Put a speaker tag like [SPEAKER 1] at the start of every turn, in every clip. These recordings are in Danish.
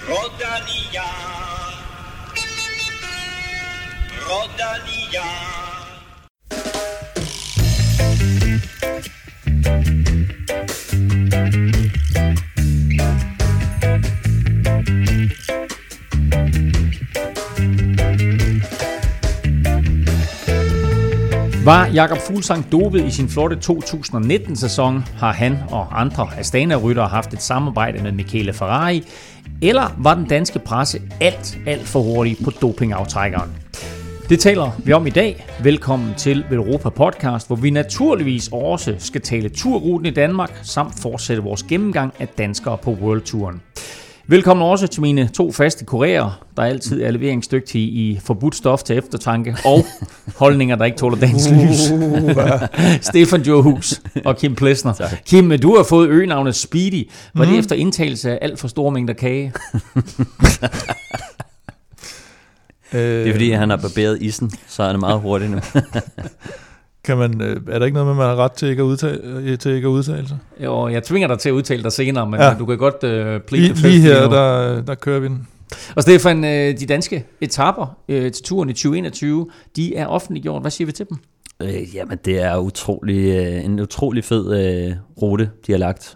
[SPEAKER 1] Rodalia, Rodalia.
[SPEAKER 2] Var Jakob Fuglsang dopet i sin flotte 2019-sæson, har han og andre Astana-ryttere haft et samarbejde med Michele Ferrari, eller var den danske presse alt for hurtig på dopingaftrækkeren? Det taler vi om i dag. Velkommen til Velropa Podcast, hvor vi naturligvis også skal tale turruten i Danmark, samt fortsætte vores gennemgang af danskere på World Touren. Velkommen også til mine to faste kurerer, der altid er leveringsdygtige i forbudt stof til eftertanke og holdninger, der ikke tåler dagens lys. Stefan Djurhus og Kim Plesner. Tak. Kim, du har fået øgenavnet Speedy. Var det efter indtagelse af alt for store mængder kage?
[SPEAKER 3] Det er fordi, han har barberet isen, så er det meget hurtigt nu.
[SPEAKER 4] Er der ikke noget med, at man har ret til ikke at udtale sig?
[SPEAKER 2] Jo, jeg tvinger dig til at udtale dig senere, men ja. Du kan godt plead the fifth.
[SPEAKER 4] Lige her, der kører vi den.
[SPEAKER 2] Og Stefan, de danske etaper til turen i 2021, de er offentliggjort. Hvad siger vi til dem?
[SPEAKER 3] Jamen, det er en utrolig fed rute, de har lagt.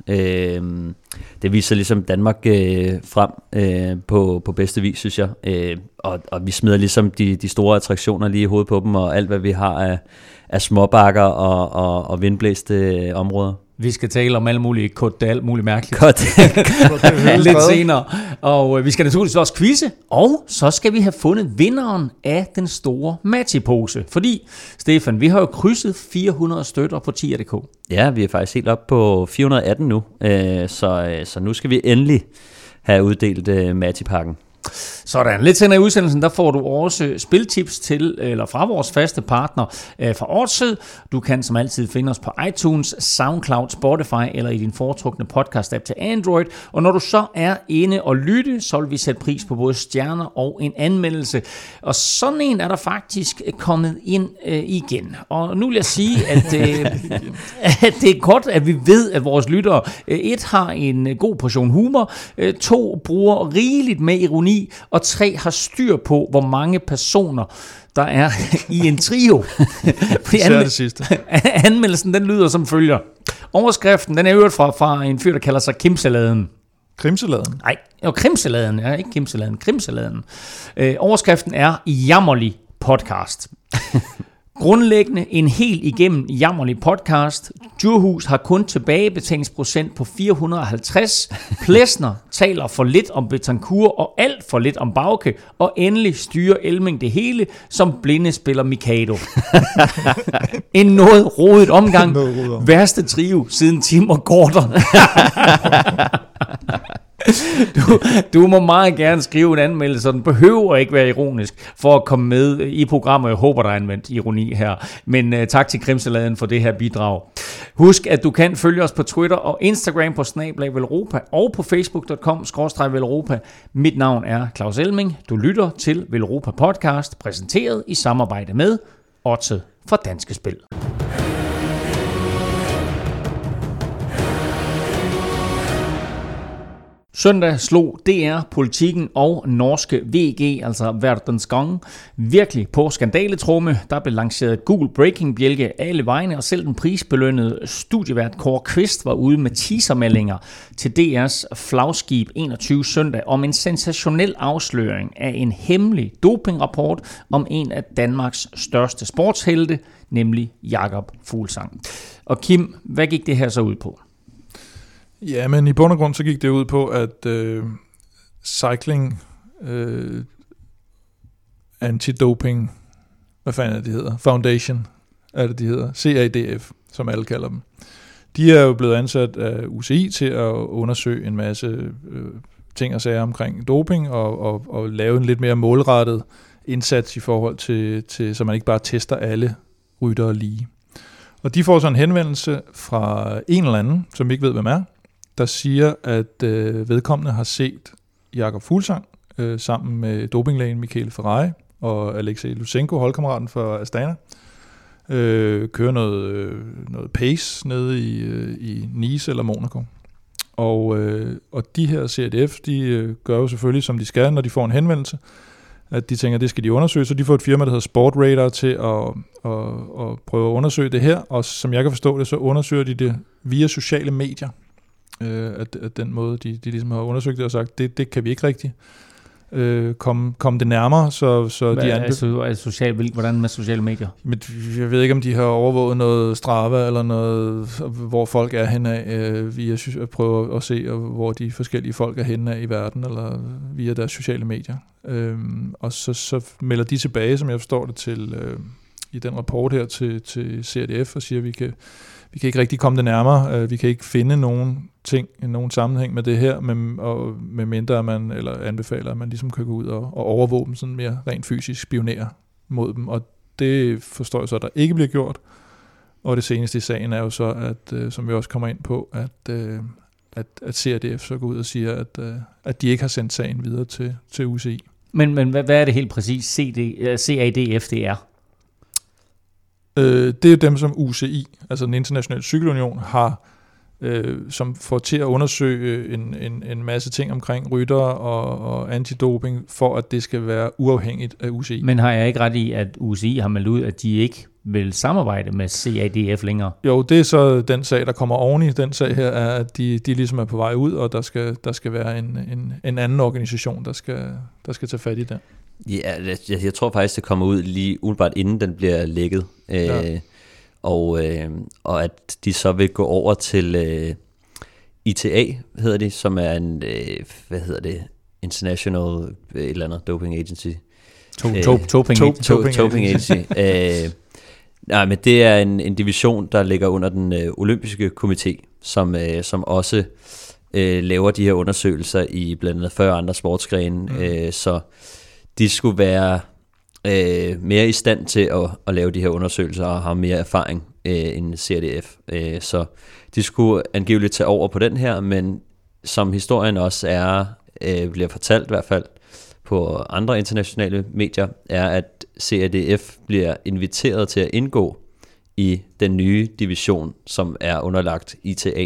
[SPEAKER 3] Det viser ligesom Danmark frem på bedste vis, synes jeg. Og vi smider ligesom de store attraktioner lige i hovedet på dem, og alt, hvad vi har af småbakker og vindblæste områder.
[SPEAKER 2] Vi skal tale om alt muligt alt muligt mærkeligt. Lidt senere. Og vi skal naturligvis også quizze, og så skal vi have fundet vinderen af den store matchpose. Fordi, Stefan, vi har jo krydset 400 støtter på 10.dk.
[SPEAKER 3] Ja, vi er faktisk helt op på 418 nu, så nu skal vi endelig have uddelt matchpakken.
[SPEAKER 2] Sådan, lidt senere i udsendelsen, der får du også spiltips fra vores faste partner fra Ordsød. Du kan som altid finde os på iTunes, SoundCloud, Spotify eller i din foretrukne podcast-app til Android. Og når du så er inde og lytte, så vil vi sætte pris på både stjerner og en anmeldelse. Og sådan en er der faktisk kommet ind igen. Og nu vil jeg sige, at det er godt, at vi ved, at vores lyttere 1 har en god portion humor, 2 bruger rigeligt med ironi, og 3 har styr på, hvor mange personer der er i en trio. Anmeldelsen, den lyder som følger. Overskriften, den er øvrigt fra en fyr, der kalder sig Kimsaladen.
[SPEAKER 4] Krimsaladen?
[SPEAKER 2] Nej, Krimsaladen. Ja, ikke Kimsaladen. Krimsaladen. Overskriften er jammerlig podcast. Grundlæggende en helt igennem jammerlig podcast. Djurhus har kun tilbagebetalingsprocent på 450. Plesner taler for lidt om Betancourt og alt for lidt om Bauke. Og endelig styrer Elming det hele, som blinde spiller Mikado. En noget rodet omgang. Værste trio siden Tim og Gordon. Du må meget gerne skrive en anmeldelse, så den behøver ikke være ironisk for at komme med i programmet. Jeg håber, der er anvendt ironi her. Men tak til Krimsaladen for det her bidrag. Husk, at du kan følge os på Twitter og Instagram på @Velropa og på facebook.com/Velropa. Mit navn er Claus Elming. Du lytter til Velropa Podcast, præsenteret i samarbejde med Odds for Danske Spil. Søndag slog DR, Politikken og norske VG, altså Verdens Gang, virkelig på skandaletromme. Der blev lanceret et Google Breaking-bjælke alle vegne, og selv den prisbelønnede studievært Kåre Kvist var ude med teasermeldinger til DR's flagskib 21 søndag om en sensationel afsløring af en hemmelig dopingrapport om en af Danmarks største sportshelte, nemlig Jakob Fuglsang. Og Kim, hvad gik det her så ud på?
[SPEAKER 4] Ja, men i bund og grund så gik det ud på, at Cycling Antidoping, hvad fanden er det hedder? Foundation er det, de hedder. CADF, som alle kalder dem. De er jo blevet ansat af UCI til at undersøge en masse ting og sager omkring doping og lave en lidt mere målrettet indsats i forhold til så man ikke bare tester alle ryttere lige. Og de får så en henvendelse fra en eller anden, som vi ikke ved, hvem er, der siger, at vedkommende har set Jakob Fuglsang sammen med dopinglægen Michele Ferrari og Alexei Lutsenko, holdkammeraten for Astana, køre noget pace nede i Nice eller Monaco. Og de her CADF, de gør jo selvfølgelig, som de skal, når de får en henvendelse, at de tænker, at det skal de undersøge, så de får et firma, der hedder Sportradar til at prøve at undersøge det her, og som jeg kan forstå det, så undersøger de det via sociale medier, at den måde, de ligesom har undersøgt det og sagt, det kan vi ikke rigtig komme det nærmere, så de
[SPEAKER 2] hvordan med sociale medier?
[SPEAKER 4] Men jeg ved ikke, om de har overvåget noget Strava eller noget, hvor folk er henad, via at prøve at se, hvor de forskellige folk er henad i verden, eller via deres sociale medier. Og så melder de tilbage, som jeg forstår det, til i den rapport her til CADF, og siger, at vi kan ikke rigtig komme det nærmere, vi kan ikke finde nogen sammenhæng med det her, med mindre man, eller anbefaler, at man ligesom kan gå ud og overvåge dem, sådan mere rent fysisk spionere mod dem, og det forstår jeg så, at der ikke bliver gjort, og det seneste i sagen er jo så, at, som vi også kommer ind på, at CADF så går ud og siger, at de ikke har sendt sagen videre til UCI.
[SPEAKER 2] Men hvad er det helt præcis CADF det er?
[SPEAKER 4] Det er dem, som UCI, altså den internationale cykelunion, har, som får til at undersøge en masse ting omkring ryttere og antidoping, for at det skal være uafhængigt af UCI.
[SPEAKER 2] Men har jeg ikke ret i, at UCI har meldt ud, at de ikke vil samarbejde med CADF længere?
[SPEAKER 4] Jo, det er så den sag, der kommer oveni. Den sag her er, at de ligesom er på vej ud, og der skal være en anden organisation, der skal tage fat i det.
[SPEAKER 3] Ja, jeg tror faktisk, det kommer ud lige umiddelbart inden den bliver lækket. Ja. Og at de så vil gå over til ITA, hedder det, som er en, International et eller andet Doping Agency. Doping Agency. Nej, men det er en division, der ligger under den olympiske komité, som også laver de her undersøgelser i blandt andet 40 andre sportsgrene, så de skulle være mere i stand til at lave de her undersøgelser og have mere erfaring end CADF. Så de skulle angiveligt tage over på den her, men som historien også bliver fortalt i hvert fald på andre internationale medier, er at CADF bliver inviteret til at indgå i den nye division, som er underlagt ITA.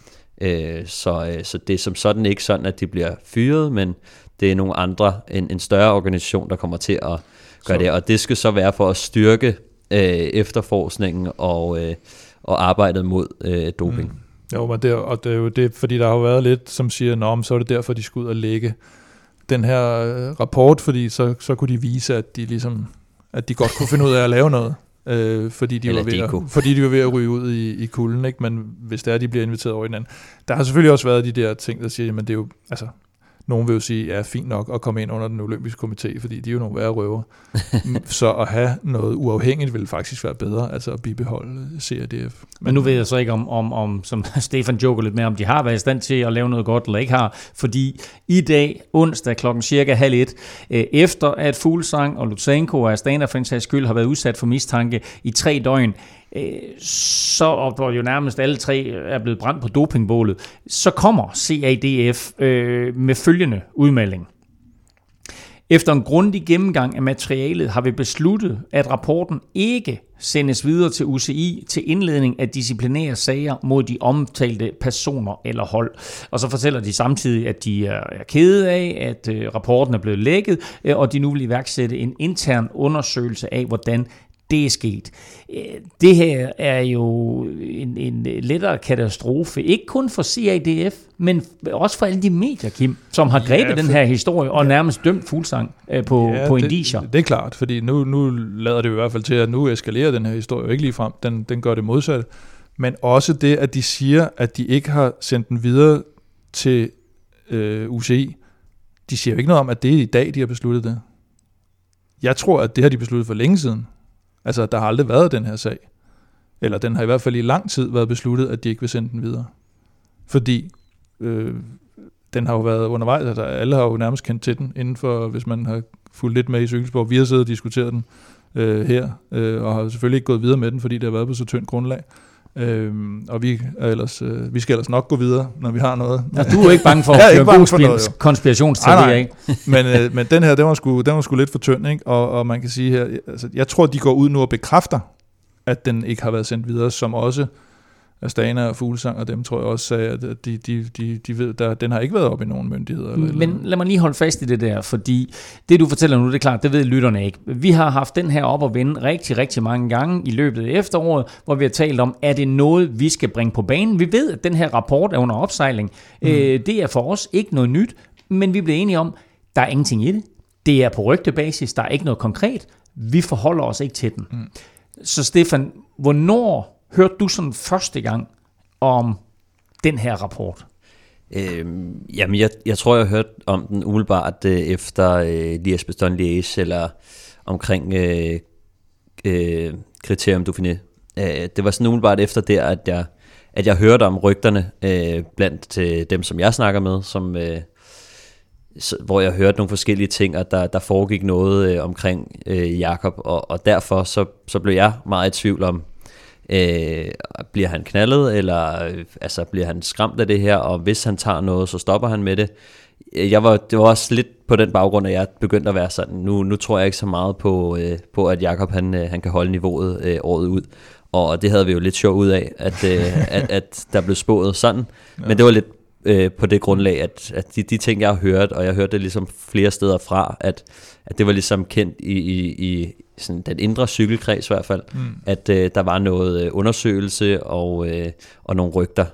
[SPEAKER 3] Så det er som sådan ikke sådan, at de bliver fyret, men det er nogle andre, en større organisation, der kommer til at gøre det, og det skal så være for at styrke efterforskningen og arbejdet mod doping.
[SPEAKER 4] Jo, men det er jo det, fordi der har jo været lidt, som siger, så er det derfor, de skal ud og lægge den her rapport, fordi så kunne de vise, at de godt kunne finde ud af at lave noget, fordi de var ved at ryge ud i kulden, ikke? Men hvis det er, de bliver inviteret over hinanden. Der har selvfølgelig også været de der ting, der siger, men det er jo, altså, nogen vil jo sige, ja, fint nok at komme ind under den olympiske komité, fordi de er jo nogle værre røver. Så at have noget uafhængigt vil faktisk være bedre, altså at bibeholde CADF.
[SPEAKER 2] Men nu ved jeg så ikke om som Stefan joker lidt med, om de har været i stand til at lave noget godt, eller ikke har, fordi i dag, onsdag klokken cirka 12:30, efter at Fuglsang og Lutsenko og Astana for en sags skyld har været udsat for mistanke i 3 døgn, så, og jo nærmest alle 3 er blevet brændt på dopingbålet, så kommer CADF med følgende udmelding. Efter en grundig gennemgang af materialet har vi besluttet, at rapporten ikke sendes videre til UCI til indledning af disciplinære sager mod de omtalte personer eller hold. Og så fortæller de samtidig, at de er kede af, at rapporten er blevet lækket, og de nu vil iværksætte en intern undersøgelse af, hvordan det er sket. Det her er jo en lettere katastrofe, ikke kun for CADF, men også for alle de medier, Kim, som har grebet den her historie og nærmest dømt Fuglsang på indicier.
[SPEAKER 4] Det er klart, fordi nu lader det i hvert fald til, at nu eskalerer den her historie ikke lige frem. Den gør det modsatte. Men også det, at de siger, at de ikke har sendt den videre til UCI. De siger jo ikke noget om, at det er i dag, de har besluttet det. Jeg tror, at det har de besluttet for længe siden. Altså, der har aldrig været den her sag. Eller den har i hvert fald i lang tid været besluttet, at de ikke vil sende den videre. Fordi den har jo været undervejs, altså alle har jo nærmest kendt til den, inden for, hvis man har fulgt lidt med i cykelsport. Vi har siddet og diskuteret den her, og har selvfølgelig ikke gået videre med den, fordi det har været på så tyndt grundlag. Og vi skal ellers nok gå videre, når vi har noget.
[SPEAKER 2] Ja, du er ikke bange for at køre god konspirationsteori, ikke?
[SPEAKER 4] Men den her, den var sgu lidt for tynd, ikke? Og man kan sige her, altså, jeg tror, de går ud nu og bekræfter, at den ikke har været sendt videre, som også Astana og Fuglsang, og dem tror jeg også sagde, at de ved, at den har ikke været op i nogen myndigheder.
[SPEAKER 2] Men lad mig lige holde fast i det der, fordi det du fortæller nu, det er klart, det ved lytterne ikke. Vi har haft den her op og vende rigtig, rigtig mange gange i løbet af efteråret, hvor vi har talt om, er det noget, vi skal bringe på banen? Vi ved, at den her rapport er under opsejling. Det er for os ikke noget nyt, men vi bliver enige om, der er ingenting i det. Det er på rygtebasis, der er ikke noget konkret. Vi forholder os ikke til den. Så Stefan, hvornår hørte du sådan første gang om den her rapport?
[SPEAKER 3] Jamen, jeg tror, jeg hørte om den umiddelbart efter Liège-Bastogne-Liège, eller omkring Critérium Dauphiné. Det var sådan umiddelbart efter der, at jeg hørte om rygterne blandt dem, som jeg snakker med, hvor jeg hørte nogle forskellige ting, og der foregik noget omkring Jakob, og derfor så blev jeg meget i tvivl om, bliver han knaldet, eller bliver han skræmt af det her, og hvis han tager noget, så stopper han med det. Det var også lidt på den baggrund, at jeg begyndte at være sådan, nu tror jeg ikke så meget på at Jakob han kan holde niveauet året ud, og det havde vi jo lidt sjov ud af, at der blev spået sådan, ja. Men det var lidt på det grundlag, at de ting, jeg har hørt, og jeg hørte det ligesom flere steder fra, at det var ligesom kendt i sådan den indre cykelkreds i hvert fald, at der var noget undersøgelse og nogle rygter,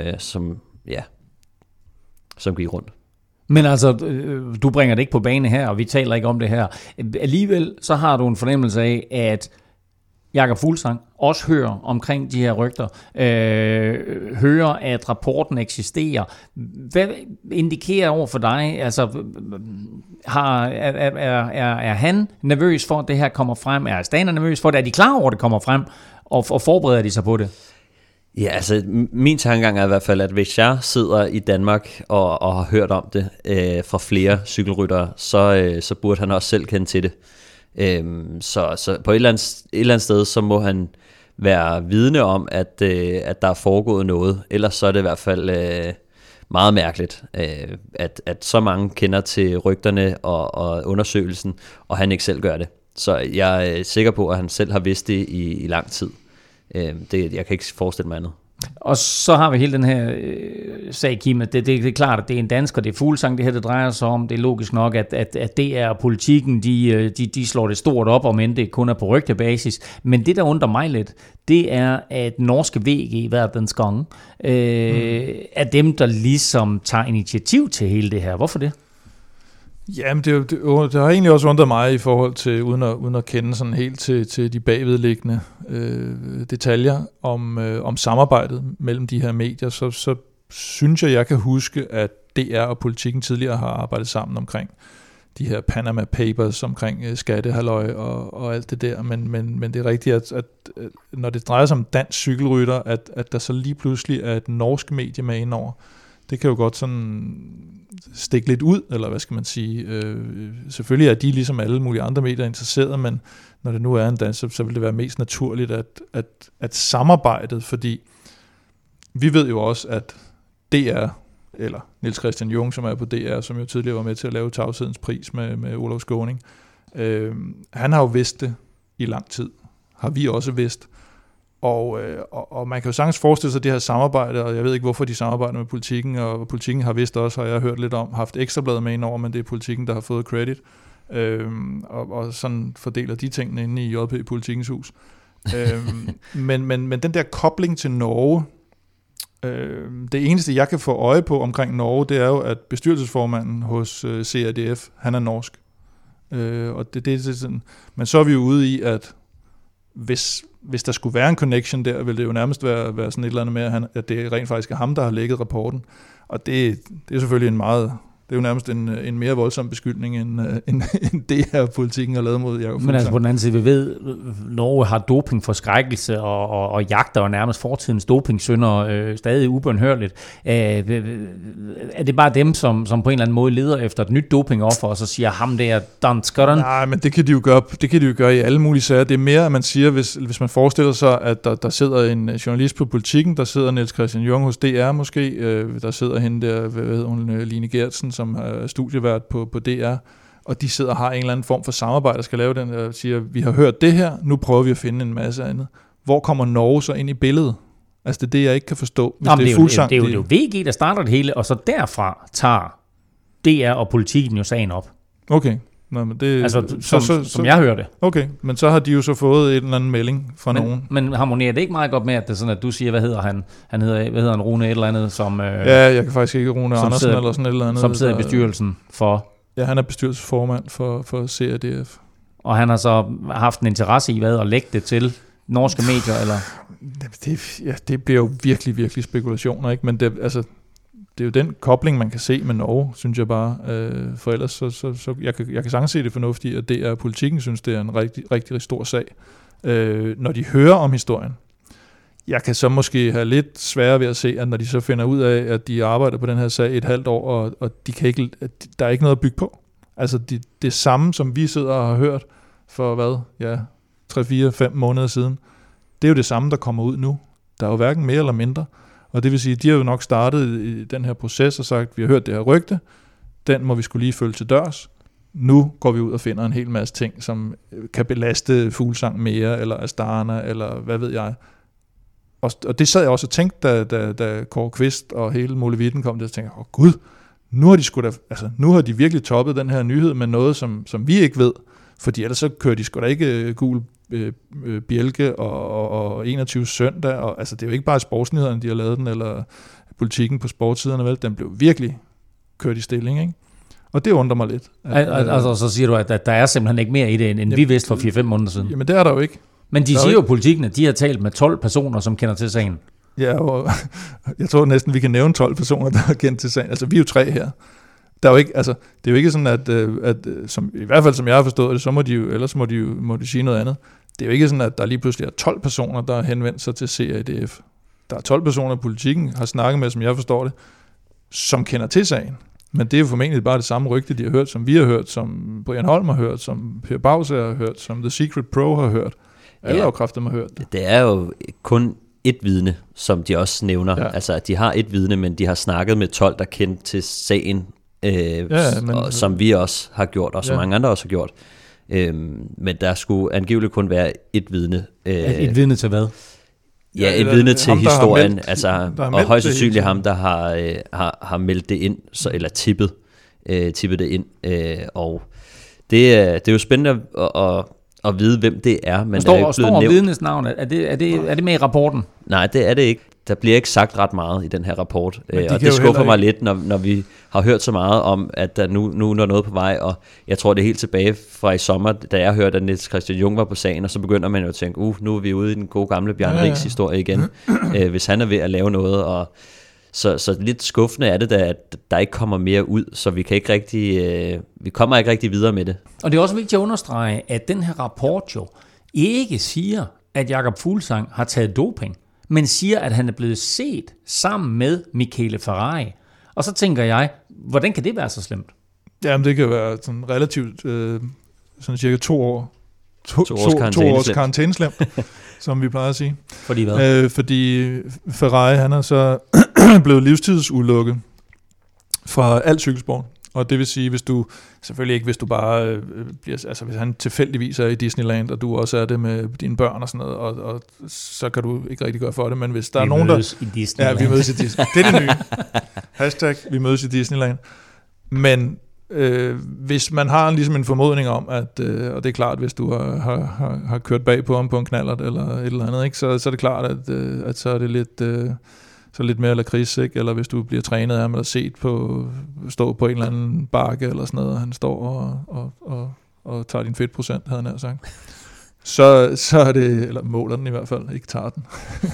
[SPEAKER 3] som gik rundt.
[SPEAKER 2] Men altså, du bringer det ikke på bane her, og vi taler ikke om det her. Alligevel så har du en fornemmelse af, at Jakob Fuglsang også hører omkring de her rygter, hører, at rapporten eksisterer. Hvad indikerer over for dig? Altså, er han nervøs for, at det her kommer frem? Er Astana nervøs for det? Er de klar over, at det kommer frem? Og forbereder de sig på det?
[SPEAKER 3] Ja, altså min tankegang er i hvert fald, at hvis jeg sidder i Danmark og har hørt om det fra flere cykelryttere, så burde han også selv kende til det. Så på et eller andet sted, så må han være vidne om, at der er foregået noget. Ellers så er det i hvert fald meget mærkeligt, at så mange kender til rygterne og undersøgelsen, og han ikke selv gør det. Så jeg er sikker på, at han selv har vidst det i lang tid. Jeg kan ikke forestille mig andet.
[SPEAKER 2] Og så har vi hele den her sag, Kim, at det er klart, at det er en dansker, det er Fuglsang, det her det drejer sig om. Det er logisk nok, at det er politikken, de slår det stort op, om end det kun er på rygtebasis. Men det, der undrer mig lidt, det er, at norske VG, verdens gang, er dem, der ligesom tager initiativ til hele det her. Hvorfor det?
[SPEAKER 4] Jamen, det har egentlig også undret mig i forhold til, uden at kende sådan helt til de bagvedliggende detaljer om samarbejdet mellem de her medier, så synes jeg kan huske, at DR og Politikken tidligere har arbejdet sammen omkring de her Panama Papers, omkring skattehalløj og alt det der, men det er rigtigt, at når det drejer sig om dansk cykelrytter, at der så lige pludselig er et norsk medie med indover, det kan jo godt sådan stikke lidt ud, eller hvad skal man sige. Selvfølgelig er de ligesom alle mulige andre medier interesseret, men når det nu er en dans, så vil det være mest naturligt, at samarbejdet, fordi vi ved jo også, at DR, eller Niels Christian Jung, som er på DR, som jo tidligere var med til at lave Tavshedens Pris med Olaf Skåning, han har jo vidst det i lang tid. Har vi også vidst. Og man kan jo sagtens forestille sig det her samarbejde, og jeg ved ikke, hvorfor de samarbejder med Politikken, og Politikken har vist også, har jeg hørt lidt om, haft Ekstrabladet med indover, men det er Politikken, der har fået credit, og sådan fordeler de tingene inde i JP Politikens hus. Men den der kobling til Norge, det eneste, jeg kan få øje på omkring Norge, det er jo, at bestyrelsesformanden hos CRDF, han er norsk. Og det er sådan, men så er vi jo ude i, at hvis der skulle være en connection der, vil det jo nærmest være sådan et eller andet med, at det rent faktisk er ham, der har lækket rapporten. Og det er selvfølgelig det er jo nærmest en mere voldsom beskyldning, end det her Politikken har lavet mod Jakob Fuglsang.
[SPEAKER 2] Men altså på den anden side, vi ved, Norge har dopingforskrækkelse og jagter og nærmest fortidens dopingsynder stadig ubønhørligt. Er det bare dem, som på en eller anden måde leder efter et nyt dopingoffer, og så siger ham der danskeren?
[SPEAKER 4] Nej, men det kan de jo gøre i alle mulige sager. Det er mere, at man siger, hvis man forestiller sig, at der sidder en journalist på Politikken, der sidder Niels Christian Jung hos DR måske, der sidder hende der, hvad hedder hun, Line Gertsen, som er studievært på DR, og de sidder og har en eller anden form for samarbejde, der skal lave den, og siger, vi har hørt det her, nu prøver vi at finde en masse andet. Hvor kommer Norge så ind i billedet? Altså det er det, jeg ikke kan forstå. Hvis
[SPEAKER 2] Jamen,
[SPEAKER 4] det er Fuglsang,
[SPEAKER 2] det er jo VG, der starter det hele, og så derfra tager DR og politikken jo sagen op.
[SPEAKER 4] Okay. Nå, men det,
[SPEAKER 2] altså, som jeg hører det.
[SPEAKER 4] Okay, men så har de jo så fået en eller anden melding fra nogen.
[SPEAKER 2] Men harmonerer det ikke meget godt med, at det er sådan, at du siger, hvad hedder han? Hvad hedder han, Rune et eller andet, som...
[SPEAKER 4] Ja, jeg kan faktisk ikke Rune Andersen
[SPEAKER 2] sidder,
[SPEAKER 4] eller sådan et eller andet.
[SPEAKER 2] Som sidder i bestyrelsen for...
[SPEAKER 4] Ja, han er bestyrelsesformand for CRDF.
[SPEAKER 2] Og han har så haft en interesse i at lægge det til norske medier, eller?
[SPEAKER 4] Det bliver jo virkelig, virkelig spekulationer, ikke? Men det er jo den kobling, man kan se med Norge, synes jeg bare. For ellers, så jeg kan sagtens se det fornuftigt, at det er politikken, synes det er en rigtig, rigtig stor sag. Når de hører om historien. Jeg kan så måske have lidt sværere ved at se, at når de så finder ud af, at de arbejder på den her sag et halvt år, og de kan ikke, der er ikke noget at bygge på. Altså det samme, som vi sidder og har hørt for hvad? Ja, 3-4-5 måneder siden. Det er jo det samme, der kommer ud nu. Der er jo hverken mere eller mindre. Og det vil sige, de har jo nok startet i den her proces og sagt, vi har hørt det her rygte, den må vi skulle lige følge til dørs. Nu går vi ud og finder en hel masse ting, som kan belaste Fuglsang mere, eller Astana, eller hvad ved jeg. Og det sad jeg også og tænkte, da Kåre Kvist og hele Molevitten kom der, og tænkte, gud, nu har de virkelig toppet den her nyhed med noget, som vi ikke ved, fordi ellers så kører de sgu da ikke gul bjælke og 21 søndag, og altså det er jo ikke bare sportsnyhederne, de har lavet den, eller politikken på sportsiderne, vel, den blev virkelig kørt i stilling, ikke? Og det undrer mig lidt.
[SPEAKER 2] Altså så siger du, at der er simpelthen ikke mere i det, end vi vidste for 4-5 måneder siden.
[SPEAKER 4] Jamen det er der jo ikke.
[SPEAKER 2] Men de siger jo politikken, at de har talt med 12 personer, som kender til sagen.
[SPEAKER 4] Ja, og jeg tror næsten, vi kan nævne 12 personer, der har kendt til sagen. Altså vi er jo 3 her. Der er jo ikke, altså, det er jo ikke sådan, at som, i hvert fald som jeg har forstået det, så må de jo, ellers må de sige noget andet. Det er jo ikke sådan, at der lige pludselig er 12 personer, der har henvendt sig til CRDF. Der er 12 personer, politikken har snakket med, som jeg forstår det, som kender til sagen. Men det er jo formentlig bare det samme rygte, de har hørt, som vi har hørt, som Brian Holm har hørt, som Per Bauser har hørt, som The Secret Pro har hørt. Alle afkræfter har hørt det.
[SPEAKER 3] Det er jo kun et vidne, som de også nævner. Ja. Altså, at de har et vidne, men de har snakket med 12, der kendte til sagen, som vi også har gjort, og som mange andre også har gjort. Men der skulle angiveligt kun være et vidne.
[SPEAKER 2] Et vidne til hvad?
[SPEAKER 3] Ja, et vidne til ham, historien, meldt, og højst sandsynligt ham, der har meldt det ind, eller tippet det ind. Og det er jo spændende at vide, hvem det er. Men
[SPEAKER 2] står vidnes navn? Er det med i rapporten?
[SPEAKER 3] Nej, det er det ikke. Der bliver ikke sagt ret meget i den her rapport, og det skuffer mig lidt, når vi har hørt så meget om, at der nu er noget på vej, og jeg tror, det er helt tilbage fra i sommer, da jeg hørte, at Niels Christian Jung var på sagen, og så begynder man jo at tænke, nu er vi ude i den gode gamle Bjarne Riis historie igen, hvis han er ved at lave noget, og så lidt skuffende er det, at der ikke kommer mere ud, så vi kommer ikke rigtig videre med det.
[SPEAKER 2] Og det er også vigtigt at understrege, at den her rapport jo ikke siger, at Jakob Fuglsang har taget doping, men siger, at han er blevet set sammen med Michele Ferrari. Og så tænker jeg, hvordan kan det være så slemt?
[SPEAKER 4] Jamen, det kan være sådan relativt, sådan cirka 2 år. 2 års karantæneslemt, som vi plejer at sige.
[SPEAKER 2] Fordi hvad?
[SPEAKER 4] Fordi Ferrari, han er så blevet livstidsulukket fra al cykelsport. Og det vil sige, selvfølgelig ikke, hvis du bare bliver, altså hvis han tilfældigvis er i Disneyland, og du også er det med dine børn og sådan noget, og så kan du ikke rigtig gøre for det, men hvis der er nogen, der...
[SPEAKER 2] i Disneyland.
[SPEAKER 4] Ja, vi mødes i Disneyland. Det er det nye. Hashtag, vi mødes i Disneyland. Men hvis man har ligesom en formodning om, at, og det er klart, hvis du har kørt bag på ham på en knallert eller et eller andet, ikke, så er det klart, at så er det lidt mere lakrids, ikke? Eller hvis du bliver trænet af ham, eller stå på en eller anden bakke, eller sådan noget, og han står og tager din fedtprocent, havde han sagt. Så er det, eller måler den i hvert fald, ikke tager den.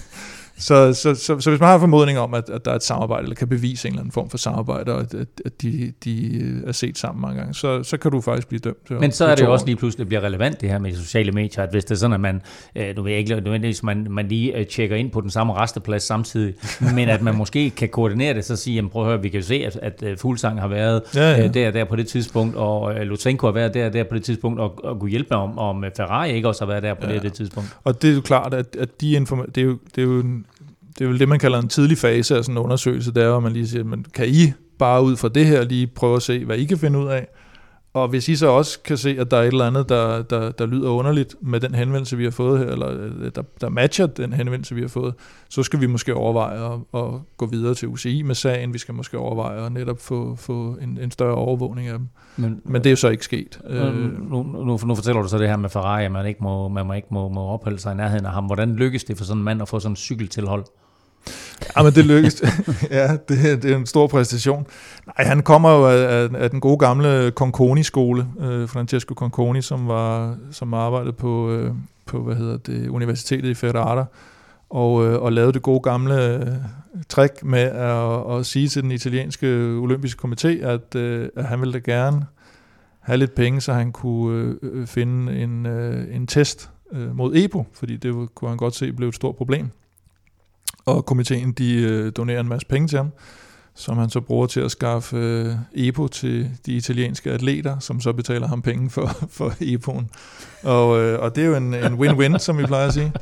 [SPEAKER 4] Så hvis man har formodning om, at der er et samarbejde, eller kan bevise en eller anden form for samarbejde, og at de er set sammen mange gange, så kan du faktisk blive dømt.
[SPEAKER 2] Men så er det jo også lige pludselig, det bliver relevant det her med de sociale medier, at hvis det er sådan, at man, nu ved jeg ikke nødvendigvis, man lige tjekker ind på den samme resteplads samtidig, men at man måske kan koordinere det, så sige, jamen prøv at høre, vi kan jo se, at Fuglsang har været der på det tidspunkt, og Lutsenko har været der på det tidspunkt, og kunne hjælpe om Ferrari ikke også har været der på det tidspunkt.
[SPEAKER 4] Og det er jo klart, at det er jo det, man kalder en tidlig fase af sådan en undersøgelse, der hvor man lige siger, men kan I bare ud fra det her lige prøve at se, hvad I kan finde ud af, Og hvis I så også kan se, at der er et eller andet, der lyder underligt med den henvendelse, vi har fået her, eller der matcher den henvendelse, vi har fået, så skal vi måske overveje at gå videre til UCI med sagen. Vi skal måske overveje at netop få en større overvågning af dem. Men det er jo så ikke sket.
[SPEAKER 2] Nu fortæller du så det her med Ferrari, at man ikke må opholde sig i nærheden af ham. Hvordan lykkes det for sådan en mand at få sådan en cykeltilhold?
[SPEAKER 4] Ja, men det lykkedes. Ja, det er en stor præstation. Nej, han kommer jo af den gode gamle Conconi-skole, Francesco Conconi, som arbejdede på universitetet i Ferrara, og lavede det gode gamle trick med at sige til den italienske olympiske komité, at han ville da gerne have lidt penge, så han kunne finde en test mod EPO, fordi det kunne han godt se blev et stort problem. Og komiteen, de donerer en masse penge til ham, som han så bruger til at skaffe EPO til de italienske atleter, som så betaler ham penge for EPO'en. Og det er jo en win-win, som vi plejer at sige.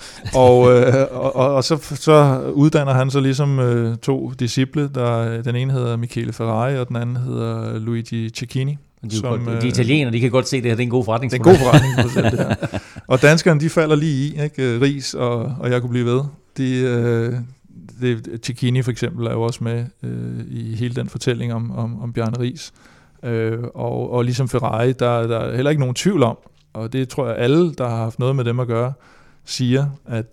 [SPEAKER 4] Og så uddanner han så ligesom to disciple, den ene hedder Michele Ferrari, og den anden hedder Luigi Cecchini.
[SPEAKER 2] De italienere, de kan godt se det her, det er en god forretning.
[SPEAKER 4] Det er en god forretning, det her. Og danskerne, de falder lige i, ikke? Riis og jeg kunne blive ved. Cecchini for eksempel er jo også med i hele den fortælling om Bjarne Riis. Og ligesom Ferrari, der er heller ikke nogen tvivl om, og det tror jeg alle, der har haft noget med dem at gøre, siger,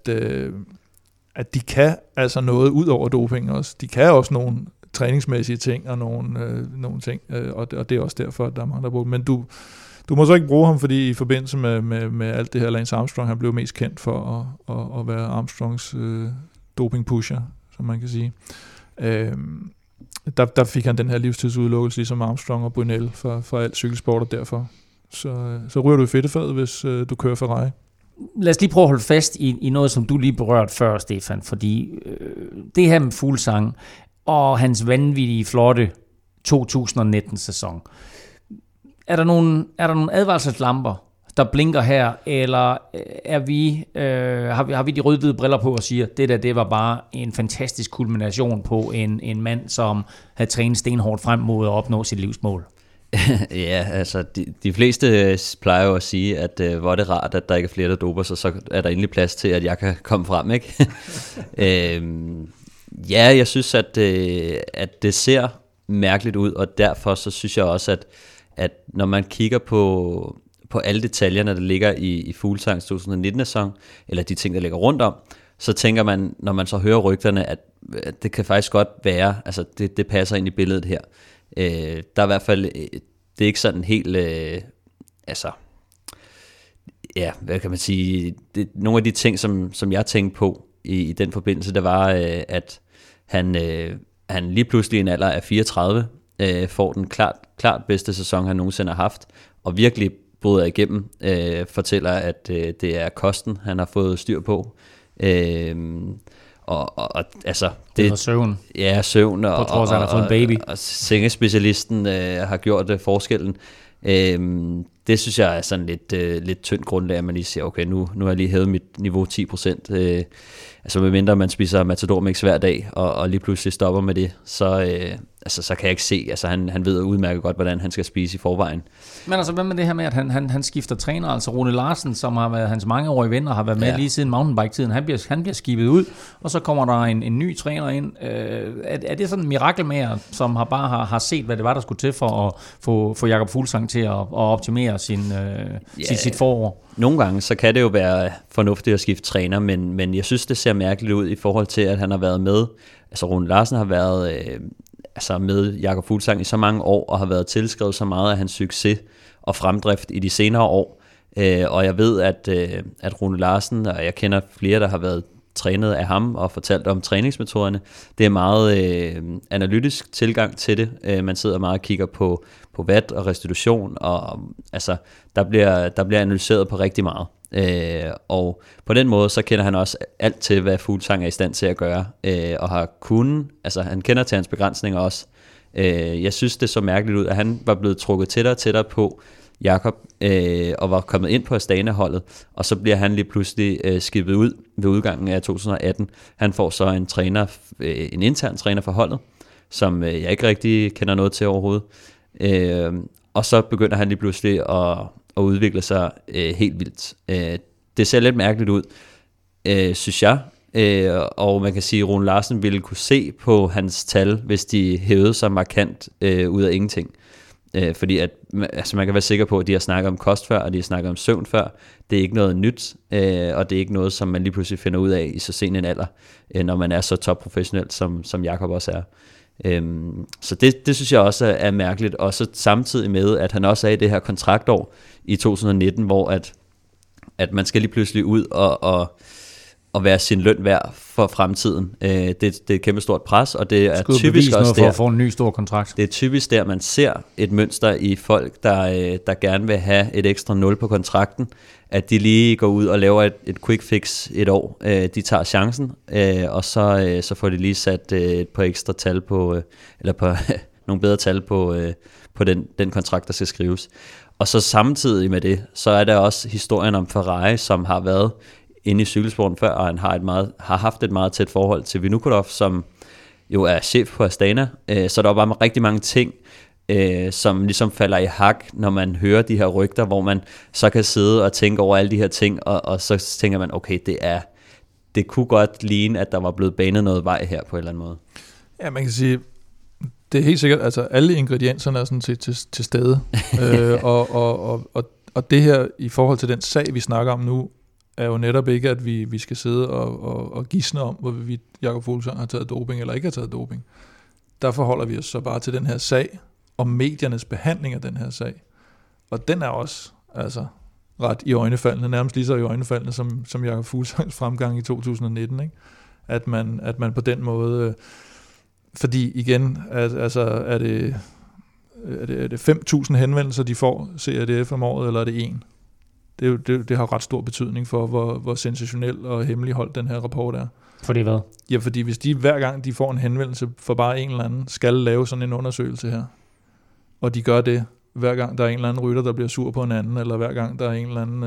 [SPEAKER 4] at de kan altså noget ud over doping også. De kan også nogle træningsmæssige ting og nogle ting, og det er også derfor, at der er mange, der bruger. Men du må så ikke bruge ham, fordi i forbindelse med alt det her, Lance Armstrong, han blev mest kendt for at være Armstrongs doping-pusher, som man kan sige. Der fik han den her livstidsudelukkelse, ligesom Armstrong og Brunel for alt cykelsport, og derfor så ryger du i fedtefadet, hvis du kører Ferrari.
[SPEAKER 2] Lad os lige prøve at holde fast i noget, som du lige berørte før, Stefan, fordi det her med Fuglsang og hans vanvittige, flotte 2019-sæson. Er der nogle advarselslamper, der blinker her, eller har vi de rød-hvide briller på og siger, det var bare en fantastisk kulmination på en mand, som havde trænet stenhårdt frem mod at opnå sit livsmål?
[SPEAKER 3] Ja, altså de fleste plejer jo at sige, at hvor er det rart, at der ikke er flere, der doper sig, så er der endelig plads til, at jeg kan komme frem, ikke? Ja, jeg synes, at det ser mærkeligt ud, og derfor så synes jeg også, at når man kigger på alle detaljerne, der ligger i Fuglsangs 2019-sæson, eller de ting, der ligger rundt om, så tænker man, når man så hører rygterne, at det kan faktisk godt være, altså det passer ind i billedet her. Der er i hvert fald, det er ikke sådan helt, ja, hvad kan man sige, nogle af de ting, som jeg tænkte på i den forbindelse, der var, at han lige pludselig i en alder af 34 får den klart bedste sæson, han nogensinde har haft, og virkelig bryder igennem, fortæller, at det er kosten, han har fået styr på. Og altså
[SPEAKER 2] det var søvn.
[SPEAKER 3] Ja, søvn
[SPEAKER 2] og trods han har fået en baby.
[SPEAKER 3] Og sengespecialisten har gjort forskellen. Det synes jeg er sådan lidt tyndt grundlag, at man lige siger, okay, nu har jeg lige hævet mit niveau 10%. Altså medmindre man spiser Matador Mix hver dag, og lige pludselig stopper med det, så kan jeg ikke se, altså han ved udmærket godt, hvordan han skal spise i forvejen. Men
[SPEAKER 2] altså, hvad med det her med, at han skifter træner, altså Rune Larsen, som har været hans mangeårige ven, og har været med lige siden mountainbike-tiden, han bliver skibet ud, og så kommer der en ny træner ind. Er det sådan en mirakelmager, som bare har set, hvad det var, der skulle til for at få Jakob Fuglsang til at optimere sit forår?
[SPEAKER 3] Nogle gange, så kan det jo være fornuftigt at skifte træner, men jeg synes, det ser mærkeligt ud i forhold til, at han har været med, altså Rune Larsen har været med Jakob Fuglsang i så mange år, og har været tilskrevet så meget af hans succes og fremdrift i de senere år. Og jeg ved, at Rune Larsen, og jeg kender flere, der har været trænet af ham og fortalt om træningsmetoderne, det er meget analytisk tilgang til det. Man sidder meget og kigger på watt og restitution, og altså, der bliver analyseret på rigtig meget. Og på den måde, så kender han også alt til, hvad Fuglsang er i stand til at gøre, og har han kender til hans begrænsninger også. Jeg synes, det så mærkeligt ud, at han var blevet trukket tættere på Jakob, og var kommet ind på Astana-holdet, og så bliver han lige pludselig skibet ud ved udgangen af 2018. Han får så en intern træner for holdet, som jeg ikke rigtig kender noget til overhovedet. og så begynder han lige pludselig at udvikle sig helt vildt. Det ser lidt mærkeligt ud, synes jeg, og man kan sige, at Rune Larsen ville kunne se på hans tal, hvis de hævede sig markant ud af ingenting. Fordi at, altså man kan være sikker på, at de har snakket om kost før, og de har snakket om søvn før. Det er ikke noget nyt, og det er ikke noget, som man lige pludselig finder ud af i så sen en alder, når man er så topprofessionel, som Jakob også er. Så det synes jeg også er mærkeligt, og så samtidig med, at han også er i det her kontraktår i 2019, hvor at man skal lige pludselig ud og være sin løn værd for fremtiden. Det er et kæmpe stort pres, og det er typisk også
[SPEAKER 2] for at få en ny stor kontrakt.
[SPEAKER 3] Det er typisk der, man ser et mønster i folk, der gerne vil have et ekstra 0 på kontrakten, at de lige går ud og laver et quick fix et år. De tager chancen, og så får de lige sat et par ekstra tal på, eller på nogle bedre tal på den kontrakt, der skal skrives. Og så samtidig med det, så er der også historien om Ferrari, som har været inde i cykelsporten før, og han har haft et meget tæt forhold til Vinokurov, som jo er chef på Astana. Så der var bare rigtig mange ting, som ligesom falder i hak, når man hører de her rygter, hvor man så kan sidde og tænke over alle de her ting, og så tænker man, okay, det kunne godt ligne, at der var blevet banet noget vej her på en eller anden måde.
[SPEAKER 4] Ja, man kan sige, det er helt sikkert, altså alle ingredienserne er sådan til stede, og det her i forhold til den sag, vi snakker om nu, er jo netop ikke, at vi skal sidde og gisne om, hvorvidt Jakob Fuglsang har taget doping eller ikke har taget doping. Der forholder vi os så bare til den her sag, og mediernes behandling af den her sag. Og den er også altså ret iøjnefaldende, nærmest lige så iøjnefaldende som Jakob Fuglsangs fremgang i 2019. Ikke? At man på den måde, fordi igen, er det 5.000 henvendelser, de får CADF om året, eller er det 1? Det har ret stor betydning for, hvor sensationel og hemmeligholdt den her rapport er.
[SPEAKER 2] For det hvad?
[SPEAKER 4] Ja, fordi hvis de hver gang de får en henvendelse for bare en eller anden, skal lave sådan en undersøgelse her, og de gør det, hver gang der er en eller anden rytter, der bliver sur på en anden, eller hver gang der er en eller anden,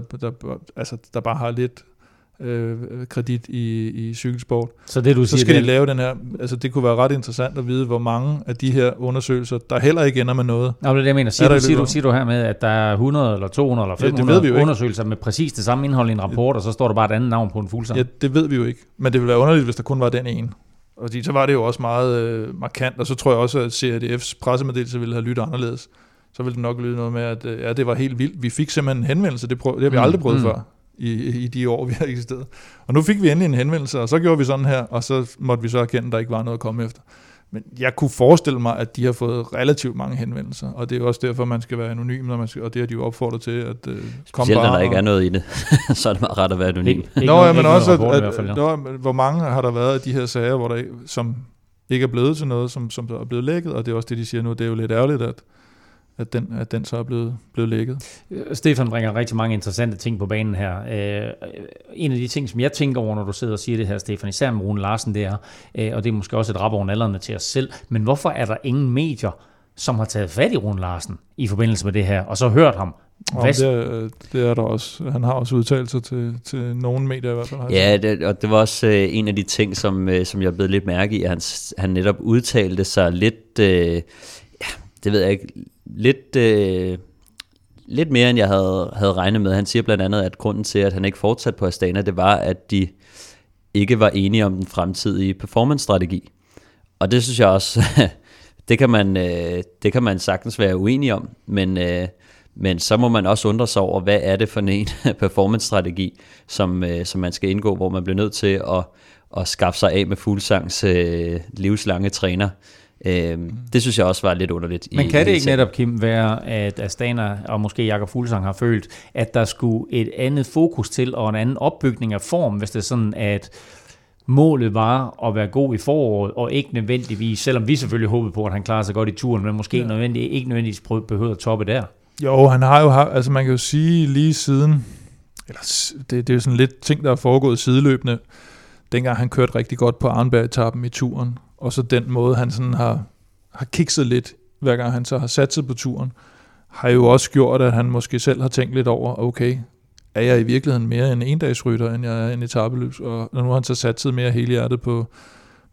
[SPEAKER 4] der bare har lidt kredit i cykelsport.
[SPEAKER 2] Så det du siger,
[SPEAKER 4] så skal de lave den her, altså det kunne være ret interessant at vide, hvor mange af de her undersøgelser, der heller ikke ender med noget.
[SPEAKER 2] Nå, det er det, jeg mener. Siger du her med, at der er 100 eller 200 eller 500 undersøgelser med præcis det samme indhold i en rapport, og så står der bare et andet navn på en Fuglsang?
[SPEAKER 4] Ja, det ved vi jo ikke. Men det ville være underligt, hvis der kun var den ene. Og så var det jo også meget markant, og så tror jeg også, at CADF's pressemeddelelse ville have lyttet anderledes. Så ville det nok lyde noget med, at det var helt vildt. Vi fik simpelthen en henvendelse, det har vi aldrig prøvet før. I de år, vi har eksisteret. Og nu fik vi endelig en henvendelse, og så gjorde vi sådan her, og så måtte vi så erkende, at der ikke var noget at komme efter. Men jeg kunne forestille mig, at de har fået relativt mange henvendelser, og det er også derfor, man skal være anonym, og det har de jo opfordret til at komme bare.
[SPEAKER 3] Specielt når der ikke er noget i det, så er det meget ret at være anonym.
[SPEAKER 4] Men også, hvor mange har der været af de her sager, hvor der, som ikke er blevet til noget, som der er blevet lækket, og det er også det, de siger nu, det er jo lidt ærgerligt, at den så er blevet lækket.
[SPEAKER 2] Stefan bringer rigtig mange interessante ting på banen her. En af de ting, som jeg tænker over, når du sidder og siger det her, Stefan, især med Rune Larsen, det er, og det er måske også et rap over nallerne til os selv, men hvorfor er der ingen medier, som har taget fat i Rune Larsen i forbindelse med det her, og så hørt ham?
[SPEAKER 4] Det er der også. Han har også udtalt sig til nogle medier i hvert fald.
[SPEAKER 3] Ja, og det var også en af de ting, som jeg er blevet lidt mærke i, at han netop udtalte sig lidt, det ved jeg ikke, lidt mere, end jeg havde regnet med. Han siger blandt andet, at grunden til, at han ikke fortsatte på Astana, det var, at de ikke var enige om den fremtidige performance-strategi. Og det synes jeg også, det kan man sagtens være uenig om, men så må man også undre sig over, hvad er det for en performance-strategi, som man skal indgå, hvor man bliver nødt til at skaffe sig af med Fuglsangs livslange træner. Det synes jeg også var lidt underligt.
[SPEAKER 2] Men kan det ikke netop, Kim, være, at Astana og måske Jakob Fuglsang har følt, at der skulle et andet fokus til og en anden opbygning af form, hvis det er sådan, at målet var at være god i foråret, og ikke nødvendigvis, selvom vi selvfølgelig håbede på, at han klarer sig godt i turen, men måske ikke nødvendigvis behøver at toppe der? Jo,
[SPEAKER 4] han har jo altså man kan jo sige lige siden, eller det er jo sådan lidt ting, der er foregået sideløbende, dengang han kørte rigtig godt på Arnberg-etappen i turen, og så den måde, han sådan har kikset lidt, hver gang han så har sat sig på turen, har jo også gjort, at han måske selv har tænkt lidt over, okay, er jeg i virkeligheden mere en endagsrytter, end jeg er en etapeløb, og nu har han så sat sig mere helhjertet på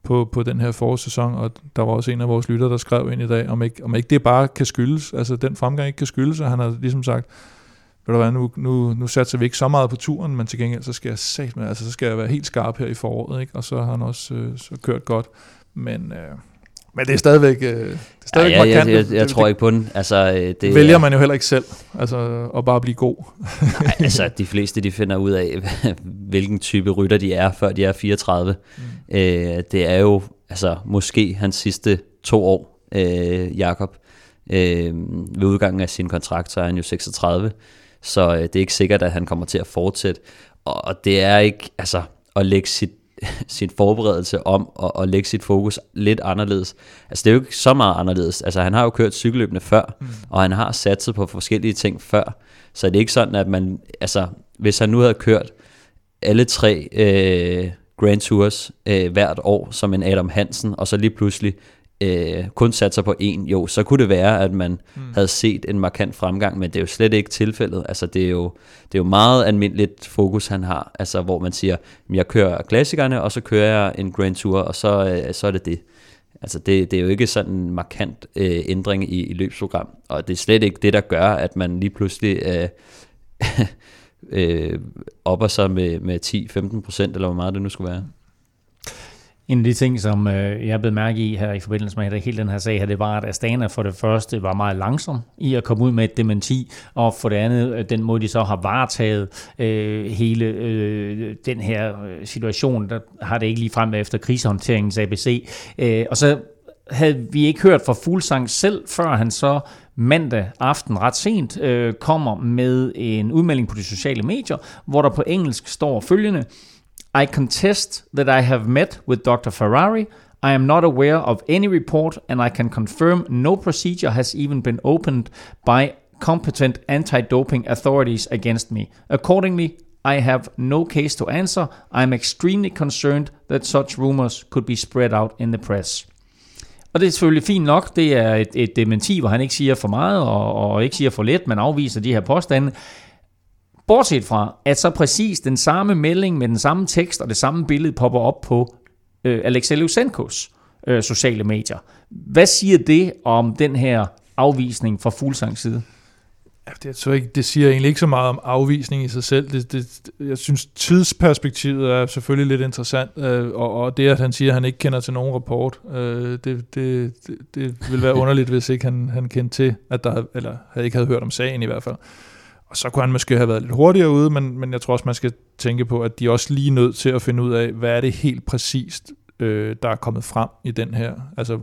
[SPEAKER 4] på den her forårssæson, og der var også en af vores lytter, der skrev ind i dag, om ikke det bare kan skyldes, altså den fremgang ikke kan skyldes, og han har ligesom sagt, ved du hvad, nu satser vi ikke så meget på turen, men til gengæld, så skal jeg være helt skarp her i foråret, ikke? Og så har han også så kørt godt, men det er stadigvæk, markant.
[SPEAKER 3] Jeg tror ikke på den. Altså,
[SPEAKER 4] det vælger man jo heller ikke selv, altså at bare blive god.
[SPEAKER 3] Nej, altså de fleste, de finder ud af, hvilken type rytter de er, før de er 34. Det er jo altså måske hans sidste 2 år, Jakob. Ved udgangen af sin kontrakt, så er han jo 36, så det er ikke sikkert, at han kommer til at fortsætte. Og det er ikke altså at lægge sin forberedelse om og lægge sit fokus lidt anderledes. Altså det er jo ikke så meget anderledes. Altså han har jo kørt cykelløbende før, og han har satset på forskellige ting før. Så det er ikke sådan, at man, altså hvis han nu havde kørt alle 3 Grand Tours hvert år, som en Adam Hansen, og så lige pludselig kun satser på 1, jo, så kunne det være, at man havde set en markant fremgang, men det er jo slet ikke tilfældet. Altså det er jo meget almindeligt fokus, han har, altså hvor man siger, jeg kører klassikerne, og så kører jeg en Grand Tour, og så er det det. Altså det er jo ikke sådan en markant ændring i løbsprogram, og det er slet ikke det, der gør, at man lige pludselig opper sig med 10-15%, eller hvor meget det nu skulle være.
[SPEAKER 2] En af de ting, som jeg blev mærke i her i forbindelse med hele den her sag her, det var, at Astana for det første var meget langsom i at komme ud med et dementi, og for det andet, den måde, de så har varetaget hele den her situation, der har det ikke lige frem efter krisehåndteringens ABC. Og så havde vi ikke hørt fra Fuglsang selv, før han så mandag aften ret sent kommer med en udmelding på de sociale medier, hvor der på engelsk står følgende: I contest that I have met with Dr. Ferrari. I am not aware of any report, and I can confirm no procedure has even been opened by competent anti-doping authorities against me. Accordingly, I have no case to answer. I am extremely concerned that such rumors could be spread out in the press. Og det er selvfølgelig fint nok. Det er et dementi, hvor han ikke siger for meget og ikke siger for lidt, men afviser de her påstande. Bortset fra, at så præcis den samme melding med den samme tekst og det samme billede popper op på Alexej Lysenkos sociale medier. Hvad siger det om den her afvisning fra Fuglsangs side?
[SPEAKER 4] Det siger egentlig ikke så meget om afvisning i sig selv. Jeg synes, tidsperspektivet er selvfølgelig lidt interessant, og det, at han siger, at han ikke kender til nogen rapport, det vil være underligt, hvis ikke han kendte til, at eller ikke havde hørt om sagen i hvert fald. Og så kunne han måske have været lidt hurtigere ude, men jeg tror også, man skal tænke på, at de er også lige nødt til at finde ud af, hvad er det helt præcist, der er kommet frem i den her. Altså,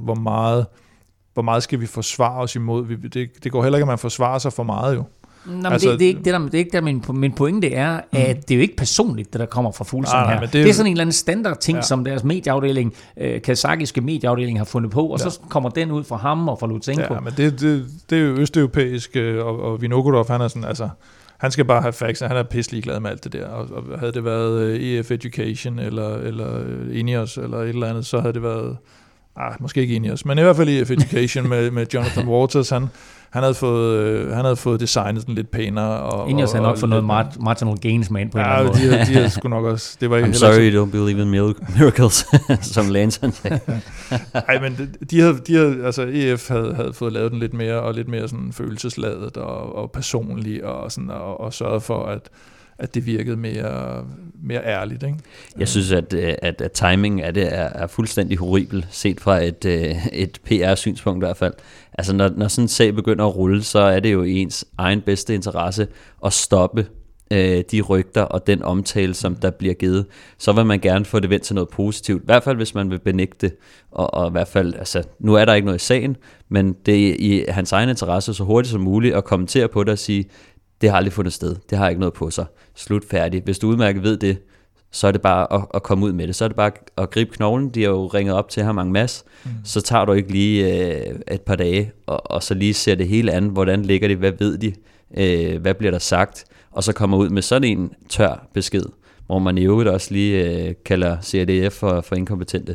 [SPEAKER 4] hvor meget skal vi forsvare os imod? Det går heller ikke, at man forsvarer sig for meget jo.
[SPEAKER 2] Nå, altså, det er ikke der, min pointe er, at det er jo ikke personligt, det der kommer fra Fuglsang her. Det er sådan en eller anden standard ting, som deres medieafdeling, kazakiske medieafdeling har fundet på, og så kommer den ud fra ham og fra Lutsenko.
[SPEAKER 4] Ja, men det er jo østeuropæisk, og Vinokurov, han er sådan, altså, han skal bare have facts, han er pisselig glad med alt det der, og havde det været EF Education, eller Ineos, eller et eller andet, så havde det været, måske ikke Ineos, men i hvert fald EF Education med Jonathan Waters, han havde fået designet den lidt pænere.
[SPEAKER 2] Ineos havde nok fået noget Martin O'Gaines med ind på en eller anden måde.
[SPEAKER 4] De havde sgu nok også. Det var
[SPEAKER 3] I'm sorry you don't believe in miracles, som Lanson sagde.
[SPEAKER 4] Nej, men de havde, altså EF havde fået lavet den lidt mere sådan følelsesladet og personlig og sådan og sørget for at det virkede mere ærligt, ikke?
[SPEAKER 3] Jeg synes, at timingen af det er fuldstændig horribel, set fra et PR-synspunkt i hvert fald. Altså, når sådan en sag begynder at rulle, så er det jo i ens egen bedste interesse at stoppe de rygter og den omtale, som der bliver givet. Så vil man gerne få det vendt til noget positivt. I hvert fald, hvis man vil benægte det. Og i hvert fald, altså, nu er der ikke noget i sagen, men det er i hans egen interesse så hurtigt som muligt at kommentere på det og sige, det har aldrig fundet sted. Det har ikke noget på sig. Slut, færdig. Hvis du udmærket ved det, så er det bare at komme ud med det. Så er det bare at gribe knoglen. De har jo ringet op til ham en masse. Så tager du ikke lige et par dage, og så lige ser det hele an. Hvordan ligger det? Hvad ved de? Hvad bliver der sagt? Og så kommer ud med sådan en tør besked, hvor man i øvrigt også lige kalder CRDF for inkompetente.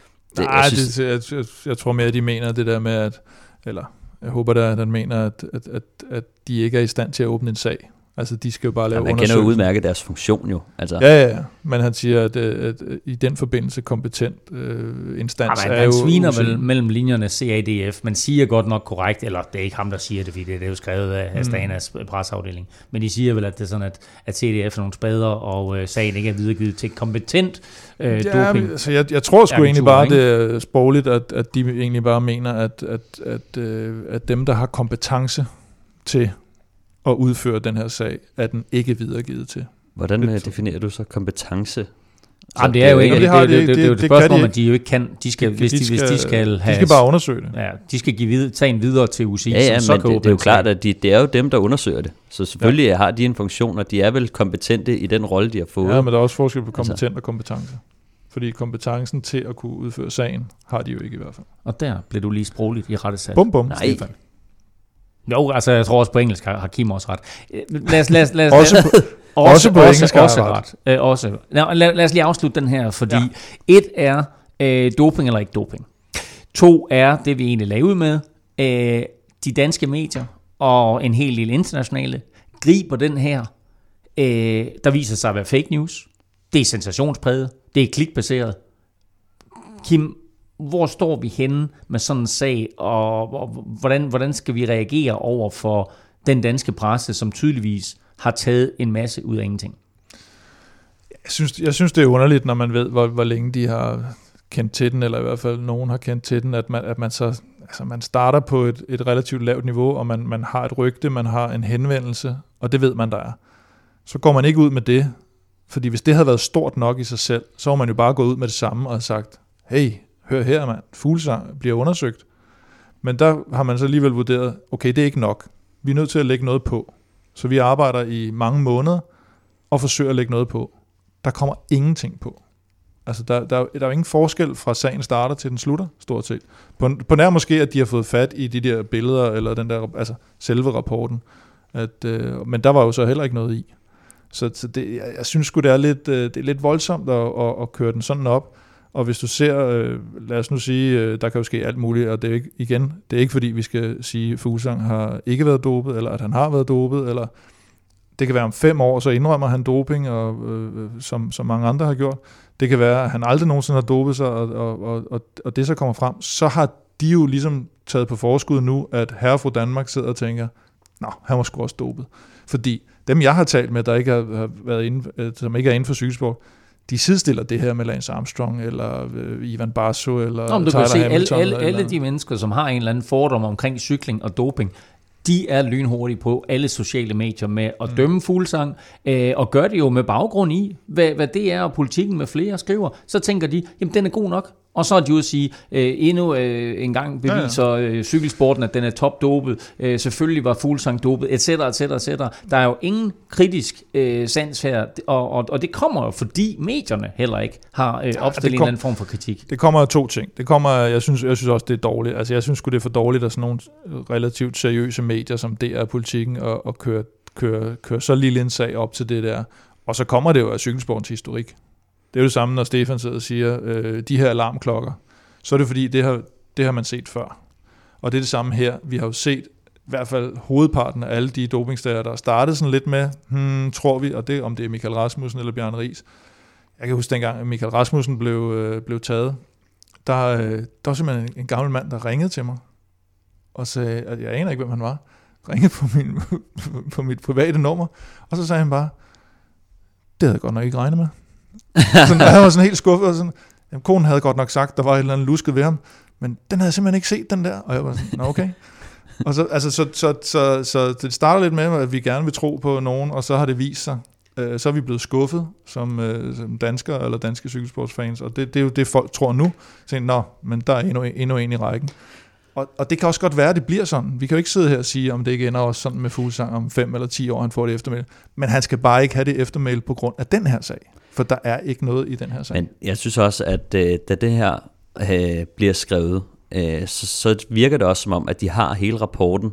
[SPEAKER 4] Jeg tror mere, at de mener det der med, jeg håber da, at han mener, at de ikke er i stand til at åbne en sag. Altså, de skal jo bare lave
[SPEAKER 3] undersøgelser. Man kender jo udmærket deres funktion jo. Altså.
[SPEAKER 4] Ja. Men han siger, at i den forbindelse kompetent instans er jo...
[SPEAKER 2] Han sviner vel mellem linjerne CADF, men siger godt nok korrekt, eller det er ikke ham, der siger det, fordi det er jo skrevet af Astanas presseafdeling. Men de siger vel, at det er sådan, at CADF er nogle spader, og sagen ikke er videregivet til kompetent doping.
[SPEAKER 4] Altså, jeg tror sgu egentlig bare, det er sprogligt, at de egentlig bare mener, at dem, der har kompetence til at udføre den her sag, er den ikke videregivet til.
[SPEAKER 3] Hvordan definerer du så kompetence?
[SPEAKER 2] Jamen, det er jo ikke det er jo et spørgsmål, at de jo ikke kan. De skal, hvis de skal have,
[SPEAKER 4] de skal bare undersøge det.
[SPEAKER 2] Ja, de skal give sagen videre til UCI.
[SPEAKER 3] Men det er jo klart, at det er jo dem, der undersøger det. Så selvfølgelig har de en funktion, og de er vel kompetente i den rolle, de har fået.
[SPEAKER 4] Ja, men der er også forskel på kompetent og kompetence. Fordi kompetencen til at kunne udføre sagen, har de jo ikke i hvert fald.
[SPEAKER 2] Og der blev du lige sprogligt i rette sat.
[SPEAKER 4] Bum.
[SPEAKER 2] Nej. Jo, altså jeg tror også på engelsk har Kim også ret. Lad os
[SPEAKER 4] også på engelsk
[SPEAKER 2] også ret. Også. Lad os lige afslutte den her, fordi et er doping eller ikke doping. 2 er det, vi egentlig lagde ud med. De danske medier og en hel del internationale griber den her, der viser sig at være fake news. Det er sensationspræget. Det er klikbaseret. Kim, hvor står vi henne med sådan en sag, og hvordan skal vi reagere over for den danske presse, som tydeligvis har taget en masse ud af ingenting?
[SPEAKER 4] Jeg synes det er underligt, når man ved, hvor længe de har kendt til den, eller i hvert fald nogen har kendt til den, at man så altså man starter på et relativt lavt niveau, og man har et rygte, man har en henvendelse, og det ved man, der er. Så går man ikke ud med det, fordi hvis det havde været stort nok i sig selv, så var man jo bare gået ud med det samme og sagt, hey, hør her, mand, Fuglsang bliver undersøgt. Men der har man så alligevel vurderet, okay, det er ikke nok. Vi er nødt til at lægge noget på. Så vi arbejder i mange måneder og forsøger at lægge noget på. Der kommer ingenting på. Altså, der er jo ingen forskel fra sagen starter til den slutter, stort set. På nær måske, at de har fået fat i de der billeder, eller den der, altså selve rapporten. Men der var jo så heller ikke noget i. Så det, jeg synes sgu, det er lidt voldsomt at køre den sådan op. Og hvis du ser, lad os nu sige, der kan jo ske alt muligt, og det er ikke fordi, vi skal sige, at Fuglsang har ikke været dopet, eller at han har været dopet, eller det kan være om 5 år, så indrømmer han doping, og, som mange andre har gjort. Det kan være, at han aldrig nogensinde har dopet sig, og det så kommer frem. Så har de jo ligesom taget på forskud nu, at herre og fru Danmark sidder og tænker, nå, han var sgu også dopet. Fordi dem, jeg har talt med, der ikke har været inde, som ikke er inden for cykelsport, de sidestiller det her med Lance Armstrong, eller Ivan Barso, eller Tyler Hamilton.
[SPEAKER 2] Alle de mennesker, som har en eller anden fordom omkring cykling og doping, de er lynhurtige på alle sociale medier med at dømme Fuglsang, og gør det jo med baggrund i, hvad det er, og politikken med flere skriver. Så tænker de, jamen den er god nok. Og så er de ude at sige, endnu en gang beviser cykelsporten, at den er topdopet. Selvfølgelig var Fuglsang dopet, etc. Der er jo ingen kritisk sans her, og det kommer jo, fordi medierne heller ikke har opstillet en eller anden form for kritik.
[SPEAKER 4] Det kommer af 2 ting. Jeg synes også, det er dårligt. Altså, jeg synes sgu, det er for dårligt, at sådan nogle relativt seriøse medier, som DR Politikken, og køre så lille en sag op til det der. Og så kommer det jo af cykelsportens historik. Det er jo det samme, når Stefan sidder og siger, de her alarmklokker, så er det fordi, det har man set før. Og det er det samme her. Vi har jo set i hvert fald hovedparten af alle de dopingstater, der startede sådan lidt med, tror vi, og det om det er Michael Rasmussen eller Bjarne Riis. Jeg kan huske dengang, at Michael Rasmussen blev taget. Der var simpelthen en gammel mand, der ringede til mig, og sagde, at jeg aner ikke, hvem han var. Ringede på mit private nummer, og så sagde han bare, det havde jeg godt nok ikke regnet med. Sådan, han var sådan helt skuffet, og sådan, jamen, konen havde godt nok sagt, der var et eller andet lusket ved ham, men den havde jeg simpelthen ikke set, den der, og jeg var sådan, nå okay. Og så, altså, så det starter lidt med, at vi gerne vil tro på nogen, og så har det vist sig, så er vi blevet skuffet som danskere eller danske cykelsportsfans, og det er jo det, folk tror nu. Så nå, men der er endnu en i rækken. Og det kan også godt være, at det bliver sådan. Vi kan jo ikke sidde her og sige, om det ikke ender også sådan med Fuglsang om 5 eller 10 år, han får det eftermæl. Men han skal bare ikke have det eftermæl på grund af den her sag. For der er ikke noget i den her sag.
[SPEAKER 3] Men jeg synes også, at da det her bliver skrevet, så virker det også som om, at de har hele rapporten.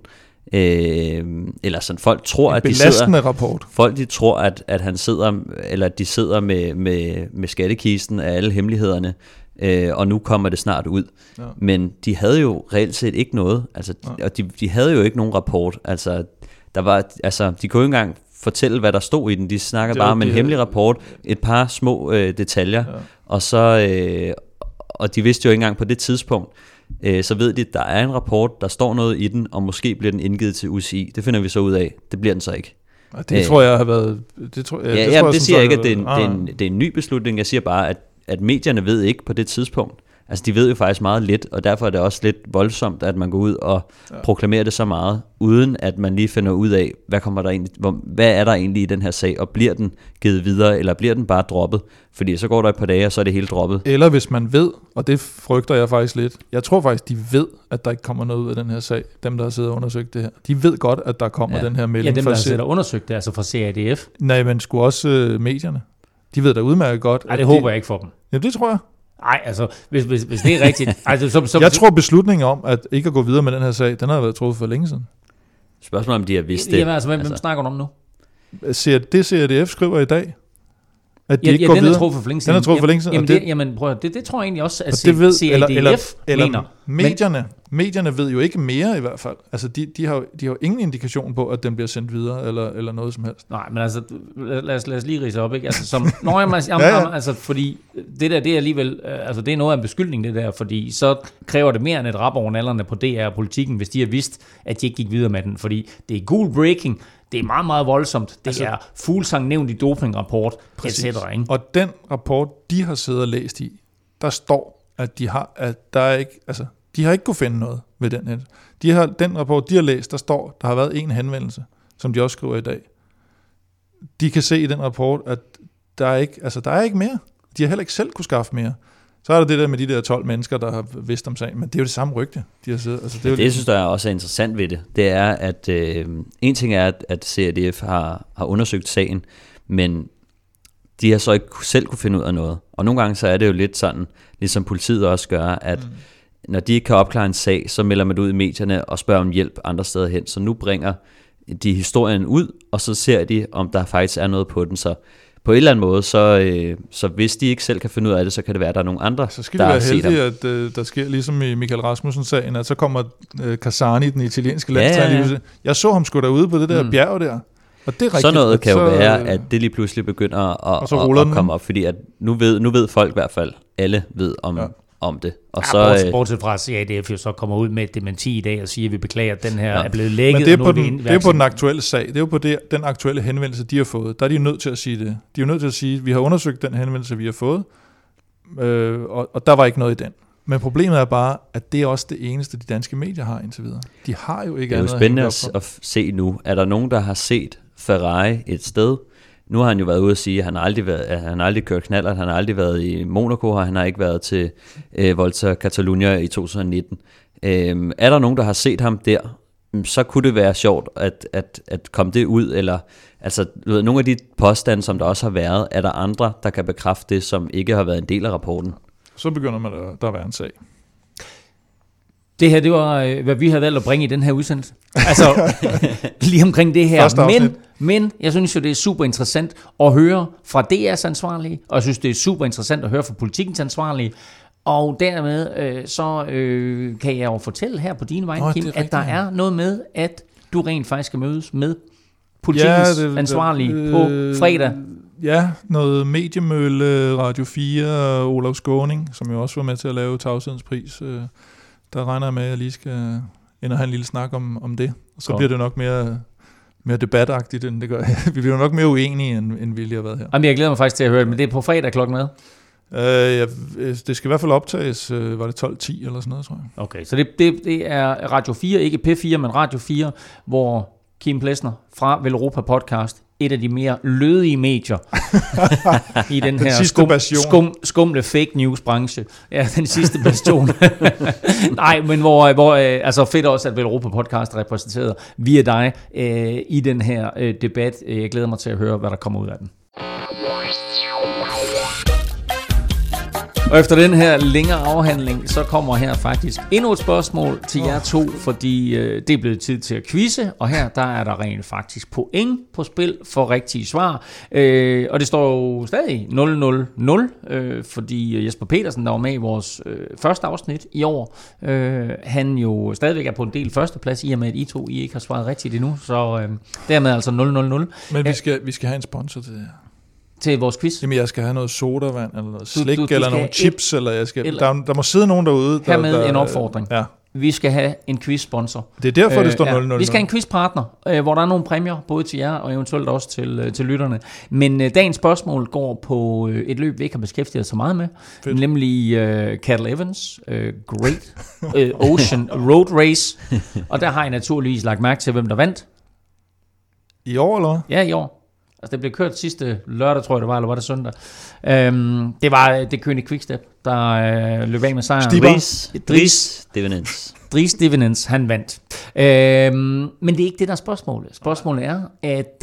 [SPEAKER 3] Eller sådan, folk tror, at de sidder...
[SPEAKER 4] rapport.
[SPEAKER 3] Folk de tror, at han sidder, eller de sidder med skattekisten af alle hemmelighederne, og nu kommer det snart ud. Ja. Men de havde jo reelt set ikke noget. Altså, og de havde jo ikke nogen rapport. Altså, de kunne ikke engang fortælle, hvad der stod i den. De snakker bare om en hemmelig rapport, et par små detaljer, og så og de vidste jo ikke engang på det tidspunkt, så ved de, at der er en rapport, der står noget i den, og måske bliver den indgivet til UCI. Det finder vi så ud af. Det bliver den så ikke.
[SPEAKER 4] Det tror jeg har været...
[SPEAKER 3] Det siger jeg ikke, at det er en ny beslutning. Jeg siger bare, at medierne ved ikke på det tidspunkt. Altså, de ved jo faktisk meget lidt, og derfor er det også lidt voldsomt, at man går ud og proklamerer det så meget, uden at man lige finder ud af, hvad er der egentlig i den her sag, og bliver den givet videre, eller bliver den bare droppet? Fordi så går der et par dage, og så er det hele droppet.
[SPEAKER 4] Eller hvis man ved, og det frygter jeg faktisk lidt, jeg tror faktisk, de ved, at der ikke kommer noget ud af den her sag, dem der har siddet og undersøgt det her. De ved godt, at der kommer den her melding.
[SPEAKER 2] Ja, dem der har siddet og undersøgt det, altså fra CADF.
[SPEAKER 4] Nej, men sgu også medierne. De ved da udmærket godt.
[SPEAKER 2] Nej, det håber jeg ikke for dem.
[SPEAKER 4] Jamen, det tror jeg.
[SPEAKER 2] Nej, altså, hvis det er rigtigt... Altså,
[SPEAKER 4] jeg tror, beslutningen om at ikke at gå videre med den her sag, den har været truffet for længe siden.
[SPEAKER 3] Spørgsmålet om de har vidst det.
[SPEAKER 2] Jamen, altså, hvem snakker du om nu?
[SPEAKER 4] Det CADF skriver i dag, at de ikke går
[SPEAKER 2] den
[SPEAKER 4] videre.
[SPEAKER 2] Er truffet for længe siden.
[SPEAKER 4] Den er truffet for længe siden.
[SPEAKER 2] Jamen, prøv at, det tror jeg egentlig også, at
[SPEAKER 4] CADF
[SPEAKER 2] mener.
[SPEAKER 4] Medierne ved jo ikke mere i hvert fald. Altså, de har jo ingen indikation på, at den bliver sendt videre, eller noget som helst.
[SPEAKER 2] Nej, men altså, lad os lige ridse op, ikke? Altså, altså, fordi det der, det er alligevel, altså, det er noget af en beskyldning, det der, fordi så kræver det mere end et rap over nallerne på DR og politikken, hvis de har vidst, at de ikke gik videre med den, fordi det er cool breaking, det er meget, meget voldsomt. Det er fuglsang nævnt i dopingrapport, etc.
[SPEAKER 4] Og den rapport, de har siddet og læst i, der står, at de har ikke kunne finde noget ved den her. Den rapport, de har læst, der står, der har været en henvendelse, som de også skriver i dag. De kan se i den rapport, at der er ikke mere. De har heller ikke selv kunne skaffe mere. Så er der det der med de der 12 mennesker, der har vidst om sagen, men det er jo det samme rygte, de har siddet. Altså,
[SPEAKER 3] det synes jeg også er interessant ved det. Det er, at en ting er, at CADF har undersøgt sagen, men de har så ikke selv kunne finde ud af noget. Og nogle gange så er det jo lidt sådan, ligesom politiet også gør, at når de ikke kan opklare en sag, så melder man det ud i medierne og spørger om hjælp andre steder hen. Så nu bringer de historien ud, og så ser de, om der faktisk er noget på den. Så på en eller anden måde, så hvis de ikke selv kan finde ud af det, så kan det være, at der er nogle andre,
[SPEAKER 4] så skal det være heldigt, at der sker ligesom i Michael Rasmussen-sagen, at så kommer Casani, den italienske landstræner. Jeg så ham sgu derude på det der bjerg der. Og det er rigtigt,
[SPEAKER 3] så noget kan jo være, at det lige pludselig begynder at komme op, fordi at nu ved folk i hvert fald, alle ved om det. Og så
[SPEAKER 2] bortset fra, at CADF jo så kommer ud med et dementi i dag og siger, at vi beklager, at den her er blevet lækket.
[SPEAKER 4] Men det er på den aktuelle sag. Det er jo på den aktuelle henvendelse, de har fået. Der er de nødt til at sige det. De er jo nødt til at sige, at vi har undersøgt den henvendelse, vi har fået, og der var ikke noget i den. Men problemet er bare, at det er også det eneste, de danske medier har indtil videre. De har jo ikke andet.
[SPEAKER 3] Det er jo spændende at se nu. Er der nogen, der har set Ferrari et sted? Nu har han jo været ude at sige, at han har aldrig kørt knallert, han har aldrig været i Monaco, og han har ikke været til Volta Catalunya i 2019. Er der nogen, der har set ham der, så kunne det være sjovt at komme det ud, eller altså nogle af de påstande, som der også har været, er der andre, der kan bekræfte det, som ikke har været en del af rapporten?
[SPEAKER 4] Så begynder man der at være en sag.
[SPEAKER 2] Det her, det var, hvad vi havde valgt at bringe i den her udsendelse. Altså, lige omkring det her. Men jeg synes jo, det er super interessant at høre fra DR's ansvarlige, og jeg synes, det er super interessant at høre fra politikens ansvarlige. Og dermed, kan jeg jo fortælle her på dine vegne, Kim, at der er noget med, at du rent faktisk skal mødes med politikens ansvarlige på fredag.
[SPEAKER 4] Ja, noget mediemølle, Radio 4 og Olav Skåning, som jo også var med til at lave Tavshedens Pris. Der regner jeg med, at jeg lige skal ind og have en lille snak om det. Og så bliver det nok mere debatagtigt, end det gør. Vi bliver nok mere uenige, end vi lige har været her.
[SPEAKER 2] Jamen, jeg glæder mig faktisk til at høre det, men det er på fredag klokken med?
[SPEAKER 4] Det skal i hvert fald optages, var det 12:10 eller sådan noget, tror jeg.
[SPEAKER 2] Okay, så det er Radio 4, ikke P4, men Radio 4, hvor Kim Plesner fra Velropa Podcast, et af de mere lødige medier i den her skumle fake news branche. Ja, den sidste bastion. Nej, men hvor altså fedt også, at Velropa Podcast er repræsenteret via dig i den her debat. Jeg glæder mig til at høre, hvad der kommer ud af den. Og efter den her længere afhandling, så kommer her faktisk endnu et spørgsmål til jer to, fordi det er blevet tid til at quizze, og her der er der rent faktisk point på spil for rigtige svar. Og det står jo stadig 0-0-0, fordi Jesper Petersen, der var med i vores første afsnit i år, han jo stadigvæk er på en del førsteplads, i og med at I ikke har svaret rigtigt endnu, så dermed altså 0-0-0.
[SPEAKER 4] Men vi skal have en sponsor til det her.
[SPEAKER 2] Til vores quiz?
[SPEAKER 4] Jamen, jeg skal have noget sodavand, eller noget slik, eller nogle chips, eller jeg skal... Der må sidde nogen derude,
[SPEAKER 2] hermed en opfordring.
[SPEAKER 4] Ja.
[SPEAKER 2] Vi skal have en quizsponsor.
[SPEAKER 4] Det er derfor, det står 0-0.
[SPEAKER 2] Vi skal have en quizpartner, hvor der er nogle præmier, både til jer og eventuelt også til lytterne. Men dagens spørgsmål går på et løb, vi ikke har beskæftiget os så meget med, nemlig Cadel Evans Great Ocean Road Race. Og der har jeg naturligvis lagt mærke til, hvem der vandt.
[SPEAKER 4] I år, eller hvad?
[SPEAKER 2] Ja, i år. Altså, det blev kørt sidste lørdag, tror jeg det var, eller var det søndag. Det var det König Quickstep, der løb af med sejren. Dries Divenens, han vandt. Men det er ikke det, der er spørgsmålet. Spørgsmålet er, at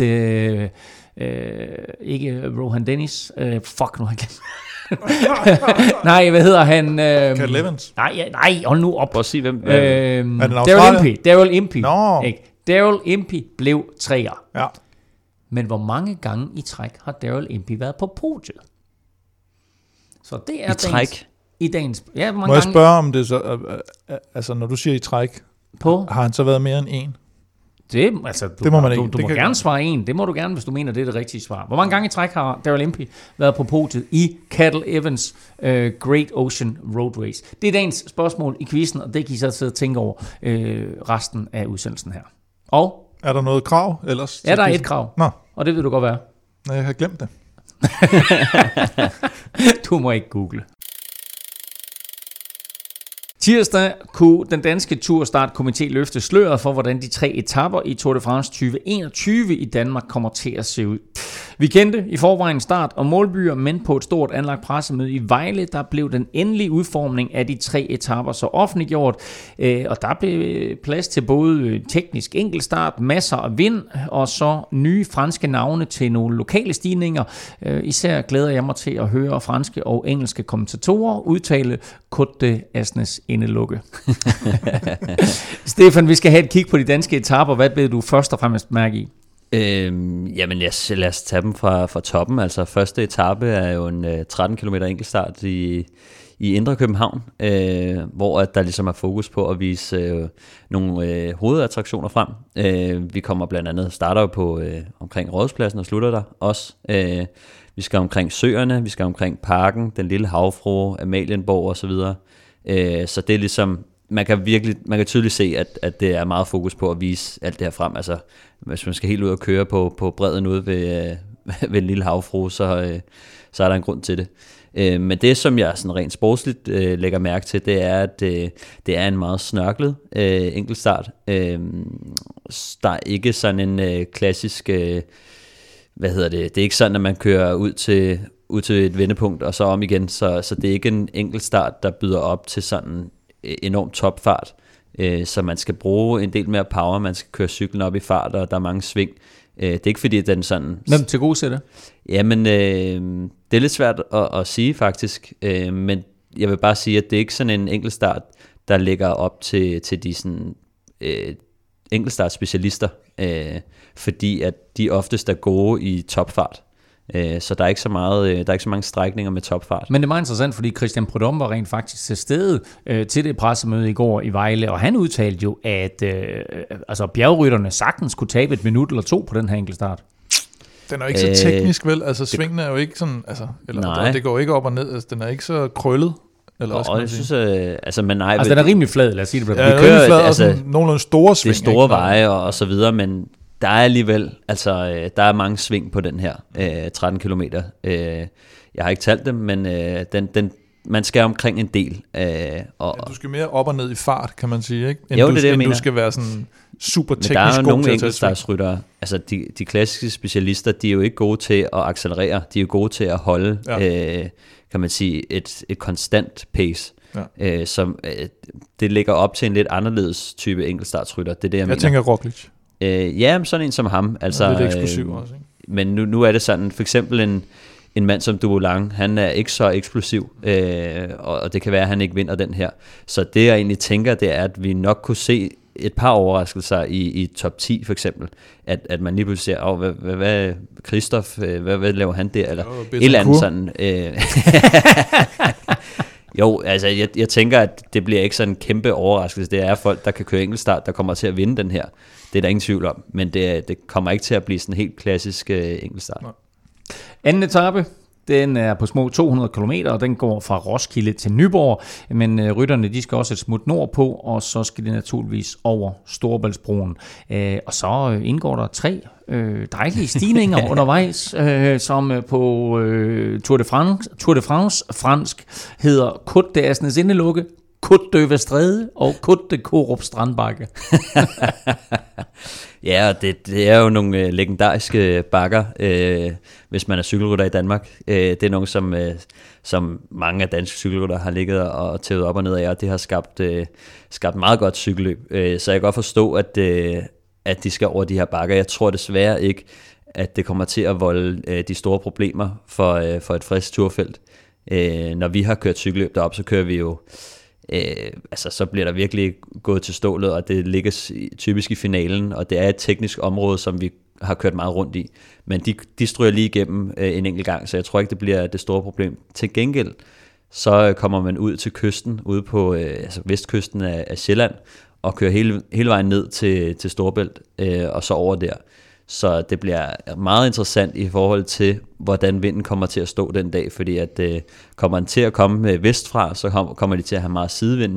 [SPEAKER 2] ikke Rohan Dennis, fuck nu, han glemt. Nej, hvad hedder han?
[SPEAKER 4] Cadel Evans?
[SPEAKER 2] Nej, hold nu op.
[SPEAKER 3] Prøv at sige, hvem.
[SPEAKER 2] Daryl Impey.
[SPEAKER 4] No.
[SPEAKER 2] Daryl Impey blev 3'er.
[SPEAKER 4] Ja.
[SPEAKER 2] Men hvor mange gange i træk har Daryl Impey været på podiet? Så det er
[SPEAKER 3] i træk?
[SPEAKER 2] I dagens... Ja, hvor mange
[SPEAKER 4] må jeg
[SPEAKER 2] gange
[SPEAKER 4] spørge om det så... Altså, når du siger i træk, har han så været mere end en?
[SPEAKER 2] Det må man ikke. Du må gerne svare en. Det må du gerne, hvis du mener, det er det rigtige svar. Hvor mange gange i træk har Daryl Impey været på podiet i Cadel Evans Great Ocean Road Race? Det er dagens spørgsmål i quizzen, og det kan I så sidde og tænke over resten af udsendelsen her. Og... Er
[SPEAKER 4] der noget krav ellers?
[SPEAKER 2] Ja, der er et krav.
[SPEAKER 4] Nå.
[SPEAKER 2] Og det vil du godt være.
[SPEAKER 4] Nej, jeg har glemt det.
[SPEAKER 2] Du må ikke google. Tirsdag kunne den danske Turstartkomité løfte sløret for, hvordan de 3 etaper i Tour de France 2021 i Danmark kommer til at se ud. Vi kendte i forvejen start- og målbyer, men på et stort anlagt pressemøde i Vejle, der blev den endelige udformning af de 3 etaper så offentliggjort, og der blev plads til både teknisk enkeltstart, masser af vind, og så nye franske navne til nogle lokale stigninger. Især glæder jeg mig til at høre franske og engelske kommentatorer udtale Côte d'Asnes indelukke. Stefan, vi skal have et kig på de danske etaper. Hvad blev du først og fremmest mærke i?
[SPEAKER 3] Jamen lad os tage dem fra toppen. Altså første etape er jo en 13 km enkeltstart i Indre København, hvor at der ligesom er fokus på at vise nogle hovedattraktioner frem. Vi kommer blandt andet, starter på omkring Rådhuspladsen og slutter der også. Vi skal omkring søerne, vi skal omkring parken, den lille havfrue, Amalienborg og så videre. Så det er ligesom, man kan tydeligt se, at det er meget fokus på at vise alt det her frem. Altså, hvis man skal helt ud og køre på bredden ude ved en lille havfrue, så er der en grund til det. Men det, som jeg sådan rent sportsligt lægger mærke til, det er, at det er en meget snørklet enkeltstart. Der er ikke sådan en klassisk... det er ikke sådan, at man kører ud til et vendepunkt og så om igen, så det er ikke en enkeltstart, der byder op til sådan enorm topfart, så man skal bruge en del mere power, man skal køre cyklen op i fart, og der er mange sving. Det er ikke fordi, at den sådan...
[SPEAKER 2] Hvem til gode sætter?
[SPEAKER 3] Jamen, det er lidt svært at sige faktisk, men jeg vil bare sige, at det er ikke sådan en enkeltstart, der ligger op til de sådan, enkeltstartspecialister, fordi at de oftest er gode i topfart. Så der er ikke så mange strækninger med topfart.
[SPEAKER 2] Men det er meget interessant, fordi Christian Prudhomme var rent faktisk til stede til det pressemøde i går i Vejle, og han udtalte jo, at bjergrytterne sagtens kunne tabe 1 minut eller 2 på den her enkeltstart.
[SPEAKER 4] Den er jo ikke så teknisk, vel? Altså svingene er jo ikke sådan, det går ikke op og ned, altså den er ikke så krøllet. Eller
[SPEAKER 3] jeg synes, men nej.
[SPEAKER 2] Altså den er rimelig flad, lad os sige det på den.
[SPEAKER 4] Ja, vi kører flad, nogle store sving.
[SPEAKER 3] Det er store veje og så videre, men der er alligevel, der er mange sving på den her 13 kilometer. Jeg har ikke talt dem, men man skal omkring en del.
[SPEAKER 4] Du skal mere op og ned i fart, kan man sige, ikke?
[SPEAKER 3] End
[SPEAKER 4] du skal være sådan super teknisk god til at
[SPEAKER 3] tage. Der er jo nogle enkeltstartsryttere, altså de klassiske specialister, de er jo ikke gode til at accelerere, de er jo gode til at holde, kan man sige, et konstant pace. Ja. Det ligger op til en lidt anderledes type enkeltstartsrytter. Det er det, jeg mener.
[SPEAKER 4] tænker Roglic.
[SPEAKER 3] Ja, sådan en som ham. Altså,
[SPEAKER 4] lidt eksplosiv også, ikke?
[SPEAKER 3] Men nu er det sådan, for eksempel en mand som Dumoulin, han er ikke så eksplosiv, og det kan være, at han ikke vinder den her. Så det jeg egentlig tænker, det er, at vi nok kunne se et par overraskelser i top 10 for eksempel, at man lige pludselig ser, hvad Christoph, hvad laver han der, eller et eller andet sådan. Jo, altså jeg tænker, at det bliver ikke sådan en kæmpe overraskelse. Det er folk, der kan køre enkeltstart, der kommer til at vinde den her. Det er der ingen tvivl om, men det kommer ikke til at blive sådan en helt klassisk enkeltstart.
[SPEAKER 2] Nej. Anden etape, den er på små 200 km, og den går fra Roskilde til Nyborg, men rytterne de skal også et smut nordpå, og så skal de naturligvis over Storebæltsbroen. Og så indgår der 3 dejlige stigninger undervejs, som på Tour de France fransk hedder Côte de Asnesindelukke, Côte de Vestrede og Côte de Korup Strandbakke.
[SPEAKER 3] Ja, og det er jo nogle legendariske bakker, hvis man er cykelrytter i Danmark. Det er nogle, som mange af danske cykelrytter har ligget og tævet op og ned af, og det har skabt meget godt cykelløb. Så jeg kan godt forstå, at de skal over de her bakker. Jeg tror desværre ikke, at det kommer til at volde de store problemer for et frisk turfelt. Når vi har kørt cykelløb derop, så kører vi jo så bliver der virkelig gået til stålet, og det ligger typisk i finalen, og det er et teknisk område, som vi har kørt meget rundt i, men de stryger lige igennem en enkelt gang, så jeg tror ikke, det bliver det store problem. Til gengæld, så kommer man ud til kysten, ude på vestkysten af Sjælland, og kører hele vejen ned til Storebælt, og så over der. Så det bliver meget interessant i forhold til, hvordan vinden kommer til at stå den dag, fordi at kommer den til at komme vestfra, så kommer de til at have meget sidevind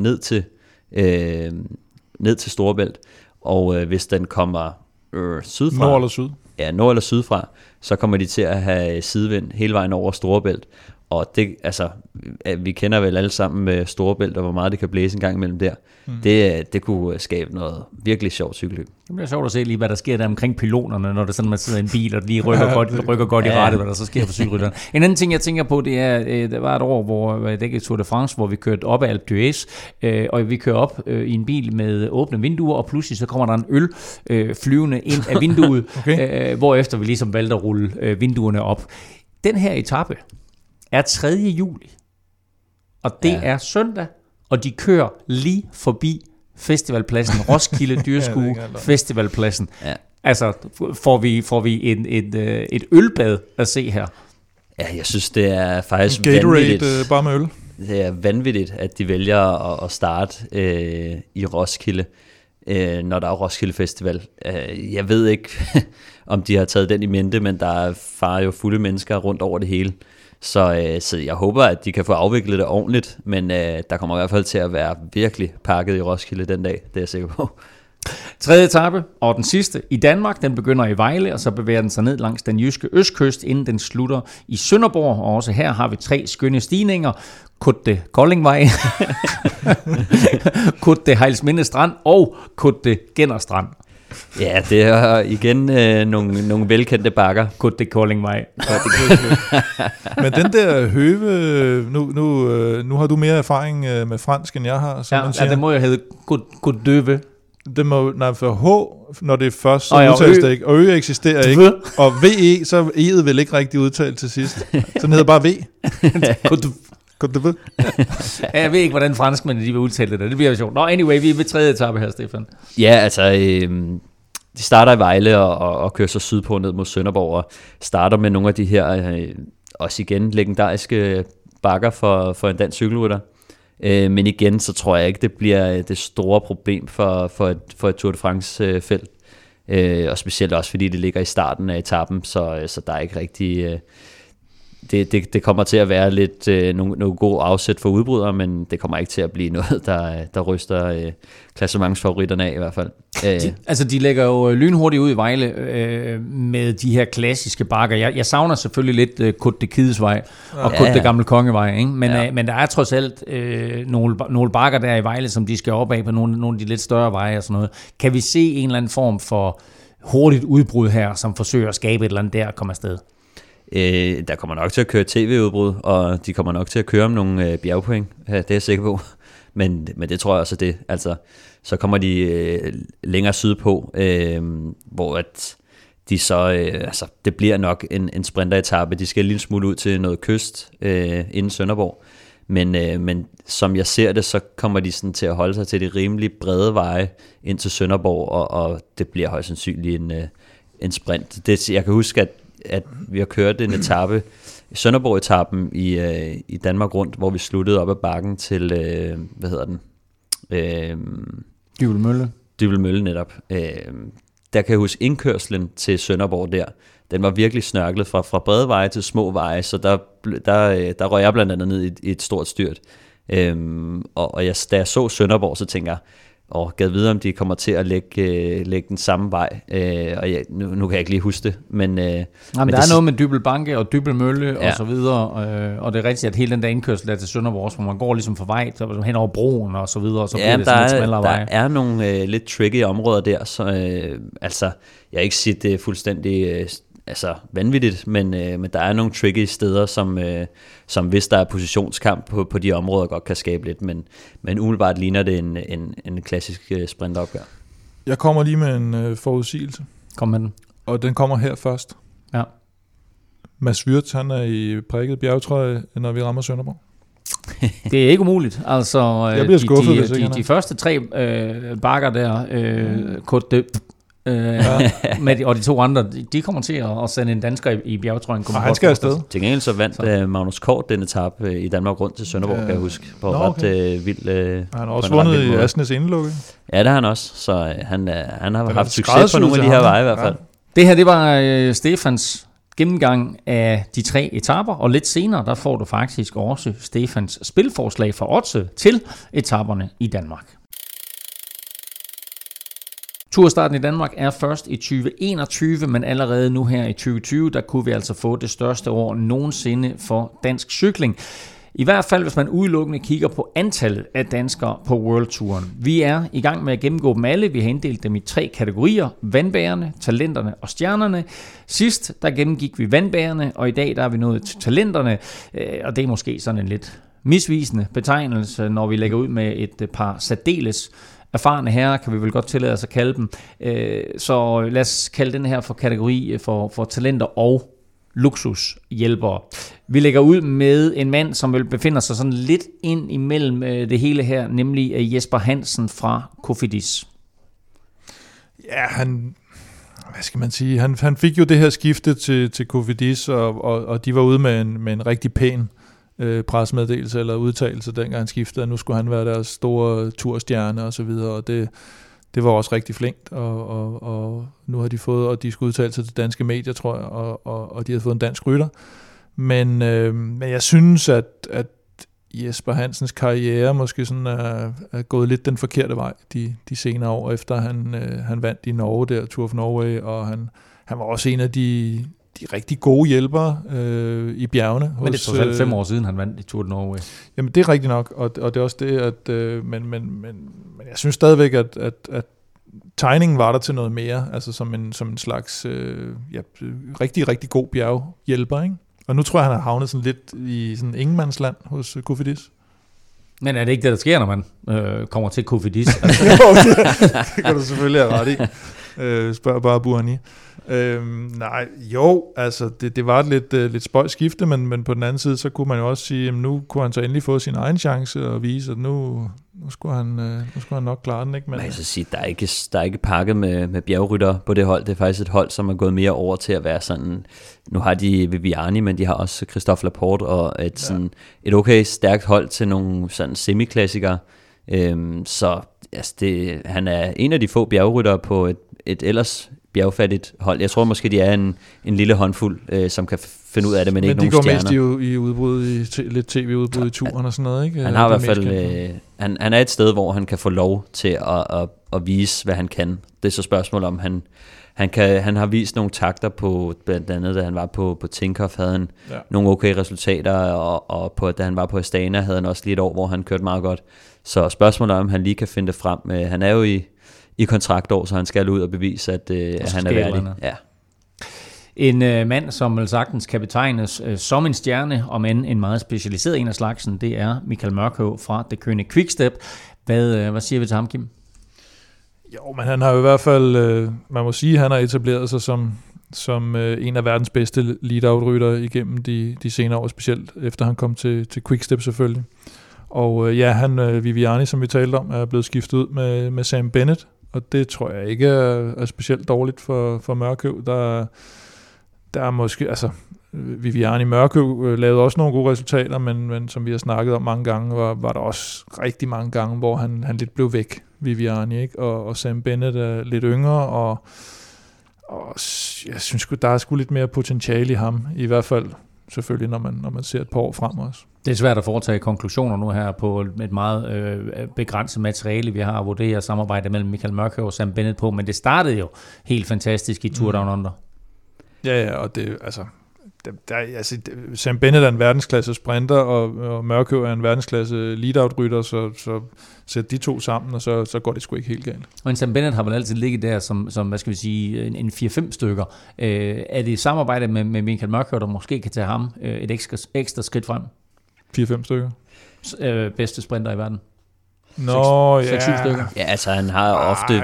[SPEAKER 3] ned til Storebælt, og hvis den kommer sydfra,
[SPEAKER 4] nord eller syd?
[SPEAKER 3] Ja, nord eller sydfra, så kommer de til at have sidevind hele vejen over Storebælt. Og det, vi kender vel alle sammen med Storebælt, og hvor meget det kan blæse en gang imellem der. Det kunne skabe noget virkelig sjovt cykelløb.
[SPEAKER 2] Det bliver sjovt at se lige, hvad der sker der omkring pylonerne, når det sådan, man sidder i en bil, og lige rykker godt i rettet, hvad der så sker for cykelrytteren. En anden ting, jeg tænker på, det er, der var et år, hvor det ikke Tour de France, hvor vi kørte op ad Alpe d'Huez, og vi kører op i en bil med åbne vinduer, og pludselig så kommer der en øl flyvende ind af vinduet, hvorefter vi ligesom valgte at rulle vinduerne op. Den her etape er 3. juli, og det er søndag, og de kører lige forbi festivalpladsen, Roskilde Dyrskue Festivalpladsen. Ja. Altså, får vi et ølbad at se her?
[SPEAKER 3] Ja, jeg synes, det er faktisk
[SPEAKER 4] vanvittigt. Bare med øl.
[SPEAKER 3] Det er vanvittigt, at de vælger at starte i Roskilde, når der er Roskilde Festival. Jeg ved ikke, om de har taget den i mente, men der farer jo fulde mennesker rundt over det hele. Så jeg håber, at de kan få afviklet det ordentligt, men der kommer i hvert fald til at være virkelig pakket i Roskilde den dag, det er jeg sikker på.
[SPEAKER 2] 3. etape, og den sidste i Danmark, den begynder i Vejle, og så bevæger den sig ned langs den jyske østkyst, inden den slutter i Sønderborg, og også her har vi 3 skønne stigninger. Côte de Koldingvej, Côte de Hejlsminde Strand og Côte de Genner Strand.
[SPEAKER 3] Ja, det er igen nogle velkendte bakker.
[SPEAKER 2] Côte de Koldingvej.
[SPEAKER 4] Men den der høve, nu har du mere erfaring med fransk, end jeg har.
[SPEAKER 2] Ja, det må jo hedde Côte d'Øve.
[SPEAKER 4] Det må, for H, når det er først, så udtales det ikke. Og Ø eksisterer ikke. Og VE, så E'et vil ikke rigtig udtalt til sidst. Så den hedder bare V.
[SPEAKER 2] Jeg ved ikke, hvordan franskmændene de vil udtale det der. Det bliver jo sjovt. Nå, anyway, vi er ved 3. etape her, Stefan.
[SPEAKER 3] Ja, altså, de starter i Vejle og kører så sydpå ned mod Sønderborg, og starter med nogle af de her, også igen, legendariske bakker for en dansk cykelrytter. Men igen, så tror jeg ikke, det bliver det store problem for et Tour de France-felt. Og specielt også, fordi det ligger i starten af etappen, så der er ikke rigtig... Det kommer til at være lidt nogle gode afsæt for udbrydere, men det kommer ikke til at blive noget, der ryster klassementsfavoritterne af i hvert fald.
[SPEAKER 2] De lægger jo lynhurtigt ud i Vejle med de her klassiske bakker. Jeg savner selvfølgelig lidt Côte de Kidesvej og Côte de Gamle Kongevej, ikke? Men der er trods alt nogle bakker der i Vejle, som de skal op af på nogle af de lidt større veje og sådan noget. Kan vi se en eller anden form for hurtigt udbrud her, som forsøger at skabe et eller andet der og komme afsted?
[SPEAKER 3] Der kommer nok til at køre tv-udbrud, og de kommer nok til at køre om nogle bjergpoint, det er jeg sikker på. Men det tror jeg også er det. Altså, så kommer de længere sydpå, hvor at de så, det bliver nok en sprinteretappe. De skal en lille smule ud til noget kyst inden Sønderborg. Men som jeg ser det, så kommer de sådan til at holde sig til de rimelig brede veje ind til Sønderborg, og det bliver højst sandsynligt en sprint. Jeg kan huske, at vi har kørt en etape, Sønderborg-etappen i Danmark rundt, hvor vi sluttede op ad bakken til, Dyvel Mølle netop. Der kan jeg huske indkørslen til Sønderborg der. Den var virkelig snørklet fra brede veje til små veje, så der røg jeg blandt andet ned i et stort styrt. Da jeg så Sønderborg, så tænker jeg, gad videre, om de kommer til at lægge den samme vej. Nu kan jeg ikke lige huske det. Men der
[SPEAKER 2] er noget med Dybbøl Banke og Dybbøl Mølle og så videre, og det er rigtigt, at hele den der indkørsel der til Sønderborg, hvor man går ligesom for vej hen over broen og så videre, og så bliver det sådan lidt smallere vej.
[SPEAKER 3] Der er nogle lidt tricky områder der, så jeg har ikke set det fuldstændig vanvittigt, men der er nogle tricky steder, som hvis der er positionskamp på de områder, godt kan skabe lidt, men umiddelbart ligner det en klassisk sprintopgør.
[SPEAKER 4] Jeg kommer lige med en forudsigelse.
[SPEAKER 2] Kom med den.
[SPEAKER 4] Og den kommer her først.
[SPEAKER 2] Ja.
[SPEAKER 4] Mads Wirtz, han er i prikket bjergetrøje, når vi rammer Sønderborg.
[SPEAKER 2] Det er ikke umuligt. Altså,
[SPEAKER 4] jeg bliver skuffet,
[SPEAKER 2] de første 3 bakker der, og de 2 andre, de kommer til at sende en dansker i bjergetrøjen.
[SPEAKER 4] Og han skal afsted.
[SPEAKER 3] Til gengæld så vandt Magnus Kort den etape i Danmark rundt til Sønderborg, kan jeg huske. På ret vild.
[SPEAKER 4] Han har også vundet i Asnes indlukke.
[SPEAKER 3] Ja, det har han også. Så han har haft succes på nogle af de her veje i hvert fald. Ja.
[SPEAKER 2] Det her, det var Stefans gennemgang af de 3 etaper, og lidt senere, der får du faktisk også Stefans spilforslag for Odset til etaperne i Danmark. Turstarten i Danmark er først i 2021, men allerede nu her i 2020, der kunne vi altså få det største år nogensinde for dansk cykling. I hvert fald, hvis man udelukkende kigger på antallet af danskere på World Touren. Vi er i gang med at gennemgå dem alle. Vi har inddelt dem i 3 kategorier: vandbærerne, talenterne og stjernerne. Sidst, der gennemgik vi vandbærerne, og i dag der er vi nået til talenterne, og det er måske sådan en lidt misvisende betegnelse, når vi lægger ud med et par særdeles erfarne herrer, kan vi vel godt tillade os at kalde dem. Så lad os kalde den her for kategori for talenter og luksushjælpere. Vi lægger ud med en mand, som vel befinder sig sådan lidt ind imellem det hele her, nemlig Jesper Hansen fra Cofidis.
[SPEAKER 4] Ja, hvad skal man sige? Han fik jo det her skifte til Cofidis, og de var ude med en rigtig pæn pressemeddelelse eller udtalelse, dengang han skiftede, at nu skulle han være deres store turstjerne og så videre, og det var også rigtig flinkt, og nu har de fået, og de skulle udtale sig til danske medier, tror jeg, og de har fået en dansk rytter. Men jeg synes, at Jesper Hansens karriere måske sådan er gået lidt den forkerte vej de senere år, efter han vandt i Norge der, Tour of Norway, og han var også en af de rigtig gode hjælpere i bjergene.
[SPEAKER 2] Men det er trods alt 5 år siden, han vandt i Tour of Norway.
[SPEAKER 4] Jamen, det er rigtigt nok, og det er også det, at men jeg synes stadigvæk, at tegningen var der til noget mere, altså som en slags rigtig, rigtig god bjerghjælper, ikke? Og nu tror jeg, han har havnet sådan lidt i sådan ingenmandsland hos Cofidis. Men
[SPEAKER 2] er det ikke det, der sker, når man kommer til Cofidis?
[SPEAKER 4] Altså? Det kan du selvfølgelig have ret i. Spørg bare Burani. Altså det var et lidt spøjt skifte, men på den anden side, så kunne man jo også sige, at nu kunne han så endelig få sin egen chance og vise, at nu skulle han nok klare den, ikke? Men
[SPEAKER 3] jeg skal sige, der er ikke pakket med bjergrytter på det hold. Det er faktisk et hold, som er gået mere over til at være sådan. Nu har de Viviani, men de har også Christophe Laporte og et okay stærkt hold til nogle sådan semiklassikere. Så altså han er en af de få bjergryttere på et ellers bjergfattigt hold. Jeg tror måske, de er en lille håndfuld, som kan finde ud af det, men ikke nogen stjerner.
[SPEAKER 4] Men de går mest i udbrud, lidt tv-udbrud i turen og sådan noget, ikke?
[SPEAKER 3] Han har i hvert fald, han er et sted, hvor han kan få lov til at vise, hvad han kan. Det er så spørgsmål om, han har vist nogle takter på, blandt andet, da han var på Tinkoff, havde han nogle okay resultater, og da han var på Astana, havde han også lige et år, hvor han kørte meget godt. Så spørgsmålet om han lige kan finde det frem. Han er jo i kontraktår, så han skal ud og bevise, at han er værdig. Ja.
[SPEAKER 2] En mand, som vel sagtens kan betegnes som en stjerne, om end en meget specialiseret en af slagsen, det er Michael Mørkøv fra The Koenig Quickstep. Hvad siger vi til ham, Kim?
[SPEAKER 4] Jo, men han har jo i hvert fald, man må sige, han har etableret sig som en af verdens bedste lead-out-ryttere igennem de senere år, specielt efter han kom til Quickstep selvfølgelig. Og Viviani, som vi talte om, er blevet skiftet ud med Sam Bennett, og det tror jeg ikke er specielt dårligt for Mørkøv. Der er måske, altså Viviani Mørkøv lavede også nogle gode resultater, men som vi har snakket om mange gange, var der også rigtig mange gange, hvor han lidt blev væk, Viviani, ikke? Og Sam Bennett er lidt yngre, og jeg synes der er sgu lidt mere potentiale i ham, i hvert fald selvfølgelig, når man ser et par år frem også.
[SPEAKER 2] Det er svært at foretage konklusioner nu her på et meget begrænset materiale, vi har at vurdere samarbejdet mellem Michael Mørkøv og Sam Bennett på, men det startede jo helt fantastisk i Tour Down Under.
[SPEAKER 4] Ja, og det Sam Bennett er en verdensklasse sprinter, og Mørkøv er en verdensklasse lead-out-rytter, så sæt de to sammen, og så går det sgu ikke helt galt.
[SPEAKER 2] Og en Sam Bennett har vel altid ligget der som hvad skal vi sige, en 4-5 stykker. Er det samarbejde med Michael Mørkøv, der måske kan tage ham et ekstra skridt frem?
[SPEAKER 4] 4-5 stykker?
[SPEAKER 2] Bedste sprinter i verden.
[SPEAKER 4] 6-7
[SPEAKER 2] stykker.
[SPEAKER 3] Ja, altså han har ofte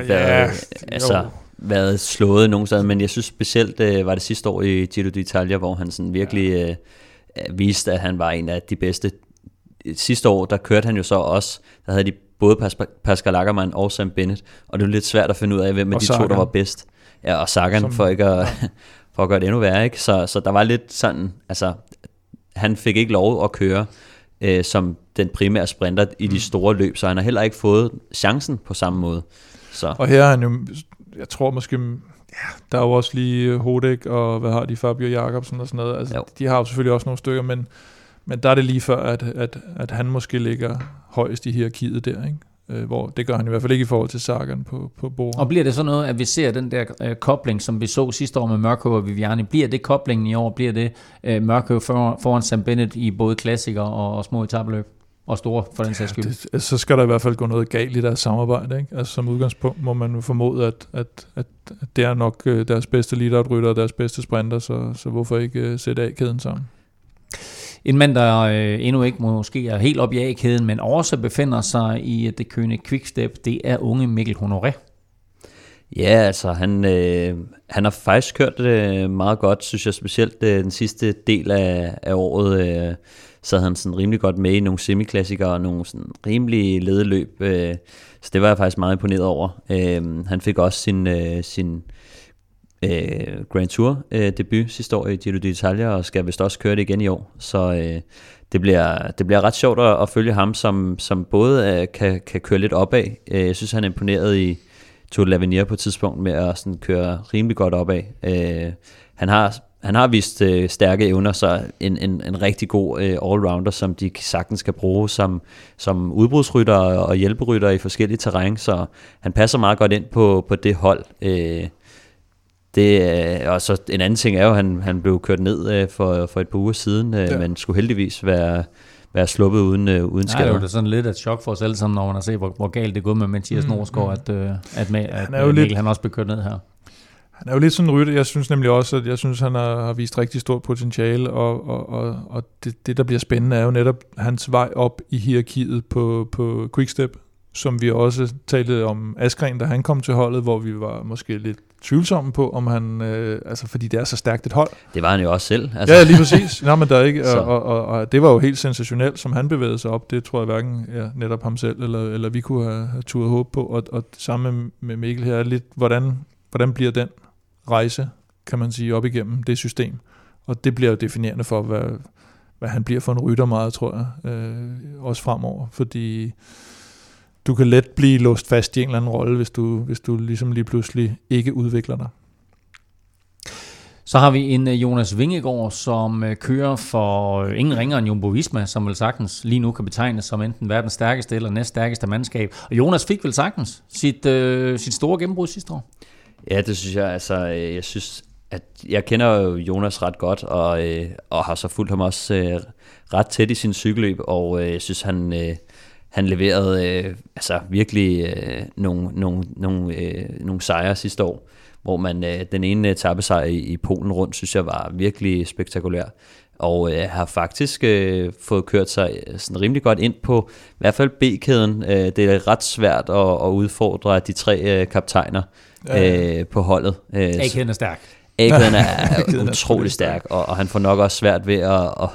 [SPEAKER 3] været slået nogen steder, men jeg synes specielt var det sidste år i Giro d'Italia, hvor han sådan virkelig viste, at han var en af de bedste. Sidste år, der kørte han jo så også, der havde de både Pascal Ackermann og Sam Bennett, og det var lidt svært at finde ud af, hvem af de to, der var bedst. Ja, og Sagan, for at gøre det endnu værre, ikke? Så der var lidt sådan, altså han fik ikke lov at køre som den primære sprinter i de store løb, så han har heller ikke fået chancen på samme måde. Så.
[SPEAKER 4] Og her er han jo, jeg tror måske, der er jo også lige Hodek, og hvad har de, Fabio Jacobsen og sådan noget, altså, de har jo selvfølgelig også nogle stykker, men der er det lige før, at han måske ligger højst i hierarkiet der, ikke? Hvor det gør han i hvert fald ikke i forhold til Sagan på Bora.
[SPEAKER 2] Og bliver det så noget, at vi ser den der kobling, som vi så sidste år med Mørkøv og Viviani, bliver det koblingen i år, bliver det Mørkøv foran Sam Bennett i både klassikere og små etapeløb? Og store for den sags skyld.
[SPEAKER 4] Så skal der i hvert fald gå noget galt i deres samarbejde, ikke? Altså som udgangspunkt må man formode, at det er nok deres bedste lead-out-rytter og deres bedste sprinter, så hvorfor ikke sætte A-kæden sammen?
[SPEAKER 2] En mand, der endnu ikke måske er helt oppe i A-kæden, men også befinder sig i det kørende Quickstep, det er unge Mikkel Honoré.
[SPEAKER 3] Ja, altså han har faktisk kørt meget godt, synes jeg, specielt den sidste del af året. Så havde han sådan rimelig godt med i nogle semiklassikere og nogle sådan rimelig ledeløb. Så det var jeg faktisk meget imponeret over. Han fik også sin Grand Tour debut sidste år i Giro d'Italia, og skal vist også køre det igen i år. Så det bliver ret sjovt at følge ham, som både kan køre lidt opad. Jeg synes, han er imponeret i Tour de l'Avenir på et tidspunkt med at sådan køre rimelig godt opad. Han har vist stærke evner, så en rigtig god allrounder, som de sagtens kan bruge som udbrudsrytter og hjælperytter i forskellige terræn, så han passer meget godt ind på det hold. Og så en anden ting er jo, at han blev kørt ned for et par uger siden, men skulle heldigvis være sluppet uden skade.
[SPEAKER 2] Nej, det er sådan lidt et chok for os alle sammen, når man har set, hvor galt det går med Mathias Norsgaard, at Mikkel han også blev kørt ned her.
[SPEAKER 4] Han er jo lidt sådan en rytter. Jeg synes nemlig også, at han har vist rigtig stort potentiale, og det, der bliver spændende, er jo netop hans vej op i hierarkiet på Quickstep, som vi også talte om Askren, da han kom til holdet, hvor vi var måske lidt tvivlsomme på, om han, fordi det er så stærkt et hold.
[SPEAKER 3] Det var han jo også selv. Altså.
[SPEAKER 4] Ja, lige præcis. Nå, men der er ikke, og det var jo helt sensationelt, som han bevægede sig op. Det tror jeg hverken netop ham selv, eller vi kunne have turet håb på. Og det samme med Mikkel her er lidt, hvordan bliver den rejse, kan man sige, op igennem det system. Og det bliver jo definerende for, hvad han bliver for en rytter meget, tror jeg, også fremover. Fordi du kan let blive låst fast i en eller anden rolle, hvis du ligesom lige pludselig ikke udvikler dig.
[SPEAKER 2] Så har vi en Jonas Vingegaard, som kører for ingen ringere end Jumbo Visma, som vel sagtens lige nu kan betegnes som enten verdens stærkeste eller næststærkeste mandskab. Og Jonas fik vel sagtens sit store gennembrud sidste år. Ja,
[SPEAKER 3] det synes jeg. Altså, jeg synes, at jeg kender jo Jonas ret godt, og har så fulgt ham også ret tæt i sin cykelløb, og jeg synes, han leverede virkelig nogle sejre sidste år, hvor man den ene etapesejr i Polen rundt, synes jeg var virkelig spektakulær. Og har faktisk fået kørt sig sådan rimelig godt ind på i hvert fald B-kæden. Det er ret svært at udfordre de tre kaptajner på holdet.
[SPEAKER 2] A-kæden er stærk.
[SPEAKER 3] A-kæden er utrolig stærk, og han får nok også svært ved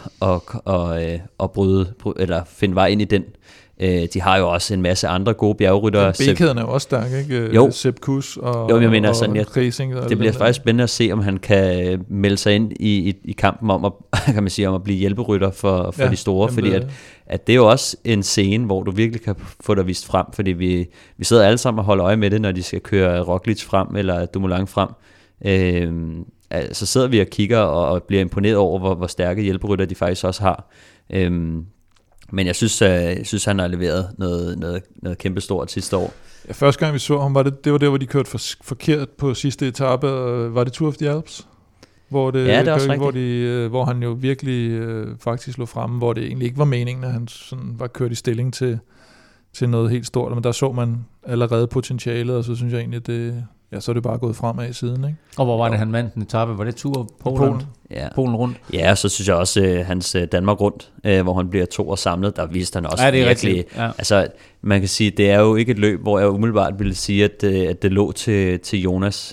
[SPEAKER 3] at bryde, eller finde vej ind i den. De har jo også en masse andre gode bjergryttere.
[SPEAKER 4] B-kæden er jo også stærk, ikke?
[SPEAKER 3] Jo.
[SPEAKER 4] Sepp Kuss og,
[SPEAKER 3] jo, jeg mener, sådan,
[SPEAKER 4] Racing.
[SPEAKER 3] Det bliver faktisk spændende at se, om han kan melde sig ind i kampen om at blive hjælperytter for de store, fordi at det er jo også en scene, hvor du virkelig kan få dig vist frem, fordi vi sidder alle sammen og holder øje med det, når de skal køre Roglic frem, eller Dumoulin frem. Så sidder vi og kigger og bliver imponeret over, hvor stærke hjælperytter de faktisk også har. Men jeg synes han har leveret noget kæmpestort sidste år.
[SPEAKER 4] Ja, første gang vi så ham, det var der, hvor de kørte forkert på sidste etape. Var det Tour of the Alps? Hvor hvor han jo virkelig faktisk lå fremme, hvor det egentlig ikke var meningen, at han sådan var kørt i stilling til noget helt stort. Men der så man allerede potentialet, og så synes jeg egentlig, så er det bare gået fremad i siden, ikke?
[SPEAKER 2] Og hvor var det, han vandt en etape? Var det Tour Polen?
[SPEAKER 3] Ja.
[SPEAKER 2] Polen rundt?
[SPEAKER 3] Ja, så synes jeg også, hans Danmark rundt, hvor han bliver 2 år samlet, der viste han også virkelig. Ja. Altså, man kan sige, det er jo ikke et løb, hvor jeg umiddelbart ville sige, at det lå til Jonas.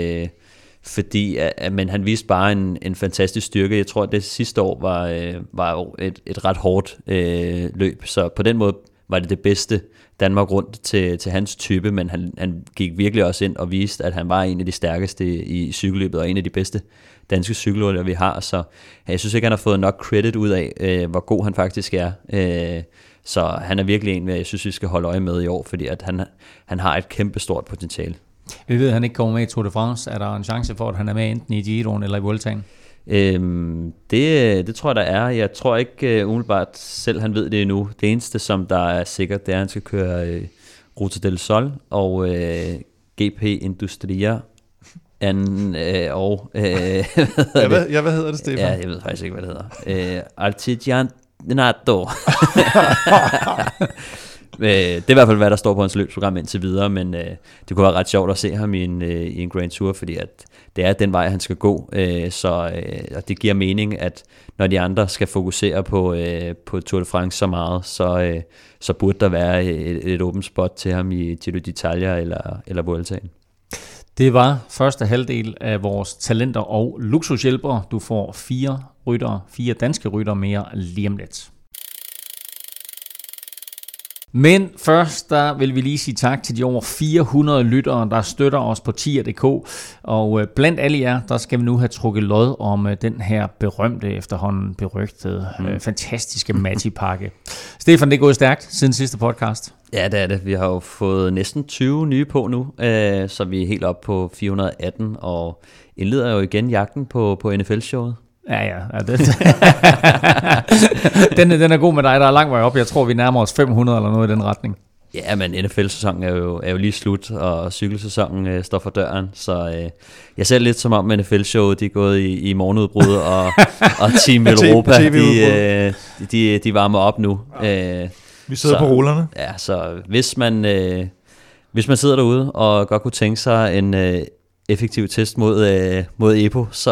[SPEAKER 3] Men han viste bare en fantastisk styrke. Jeg tror, at det sidste år var jo et ret hårdt løb, så på den måde var det bedste Danmark rundt til hans type, men han gik virkelig også ind og viste, at han var en af de stærkeste i cykelløbet, og en af de bedste danske cykelryttere, vi har, så jeg synes ikke, han har fået nok credit ud af, hvor god han faktisk er. Så han er virkelig en, jeg synes, vi skal holde øje med i år, fordi at han har et kæmpe stort potentiale.
[SPEAKER 2] Vi ved, at han ikke kommer med i Tour de France. Er der en chance for, at han er med enten i Giroen eller i Vueltaen?
[SPEAKER 3] Det tror jeg, der er. Jeg tror ikke umiddelbart selv, han ved det endnu. Det eneste, som der er sikkert, det er, at han skal køre Ruta del Sol og GP Industria.
[SPEAKER 4] Hvad hedder det, Stefan?
[SPEAKER 3] Ja, jeg ved faktisk ikke, hvad det hedder. Artigianato. Det er i hvert fald, hvad der står på hans løbsprogram indtil videre, men det kunne være ret sjovt at se ham i en Grand Tour, fordi at det er den vej, han skal gå, og det giver mening, at når de andre skal fokusere på Tour de France så meget, så burde der være et åbent spot til ham i Giro d'Italia eller Vueltaen.
[SPEAKER 2] Det var første halvdel af vores talenter og luksushjælpere. Du får 4 danske ryttere mere lige om lidt. Men først, der vil vi lige sige tak til de over 400 lyttere, der støtter os på tier.dk. Og blandt alle jer, der skal vi nu have trukket lod om den her berømte, efterhånden berygtede, fantastiske Matti-pakke. Stefan, det er gået stærkt siden sidste podcast.
[SPEAKER 3] Ja, det er det. Vi har jo fået næsten 20 nye på nu, så vi er helt op på 418, og indleder jo igen jagten på NFL-showet.
[SPEAKER 2] Ja, den er god med dig, der er lang vej op. Jeg tror, vi nærmer os 500 eller noget i den retning.
[SPEAKER 3] Ja, men NFL-sæsonen er jo lige slut, og cykelsæsonen står for døren, så jeg ser lidt som om NFL-showet, de er gået i morgenudbrud, og Team Europa, de varmer op nu.
[SPEAKER 4] Vi sidder på rullerne.
[SPEAKER 3] Ja, så hvis man sidder derude og godt kunne tænke sig en effektiv test mod EPO, så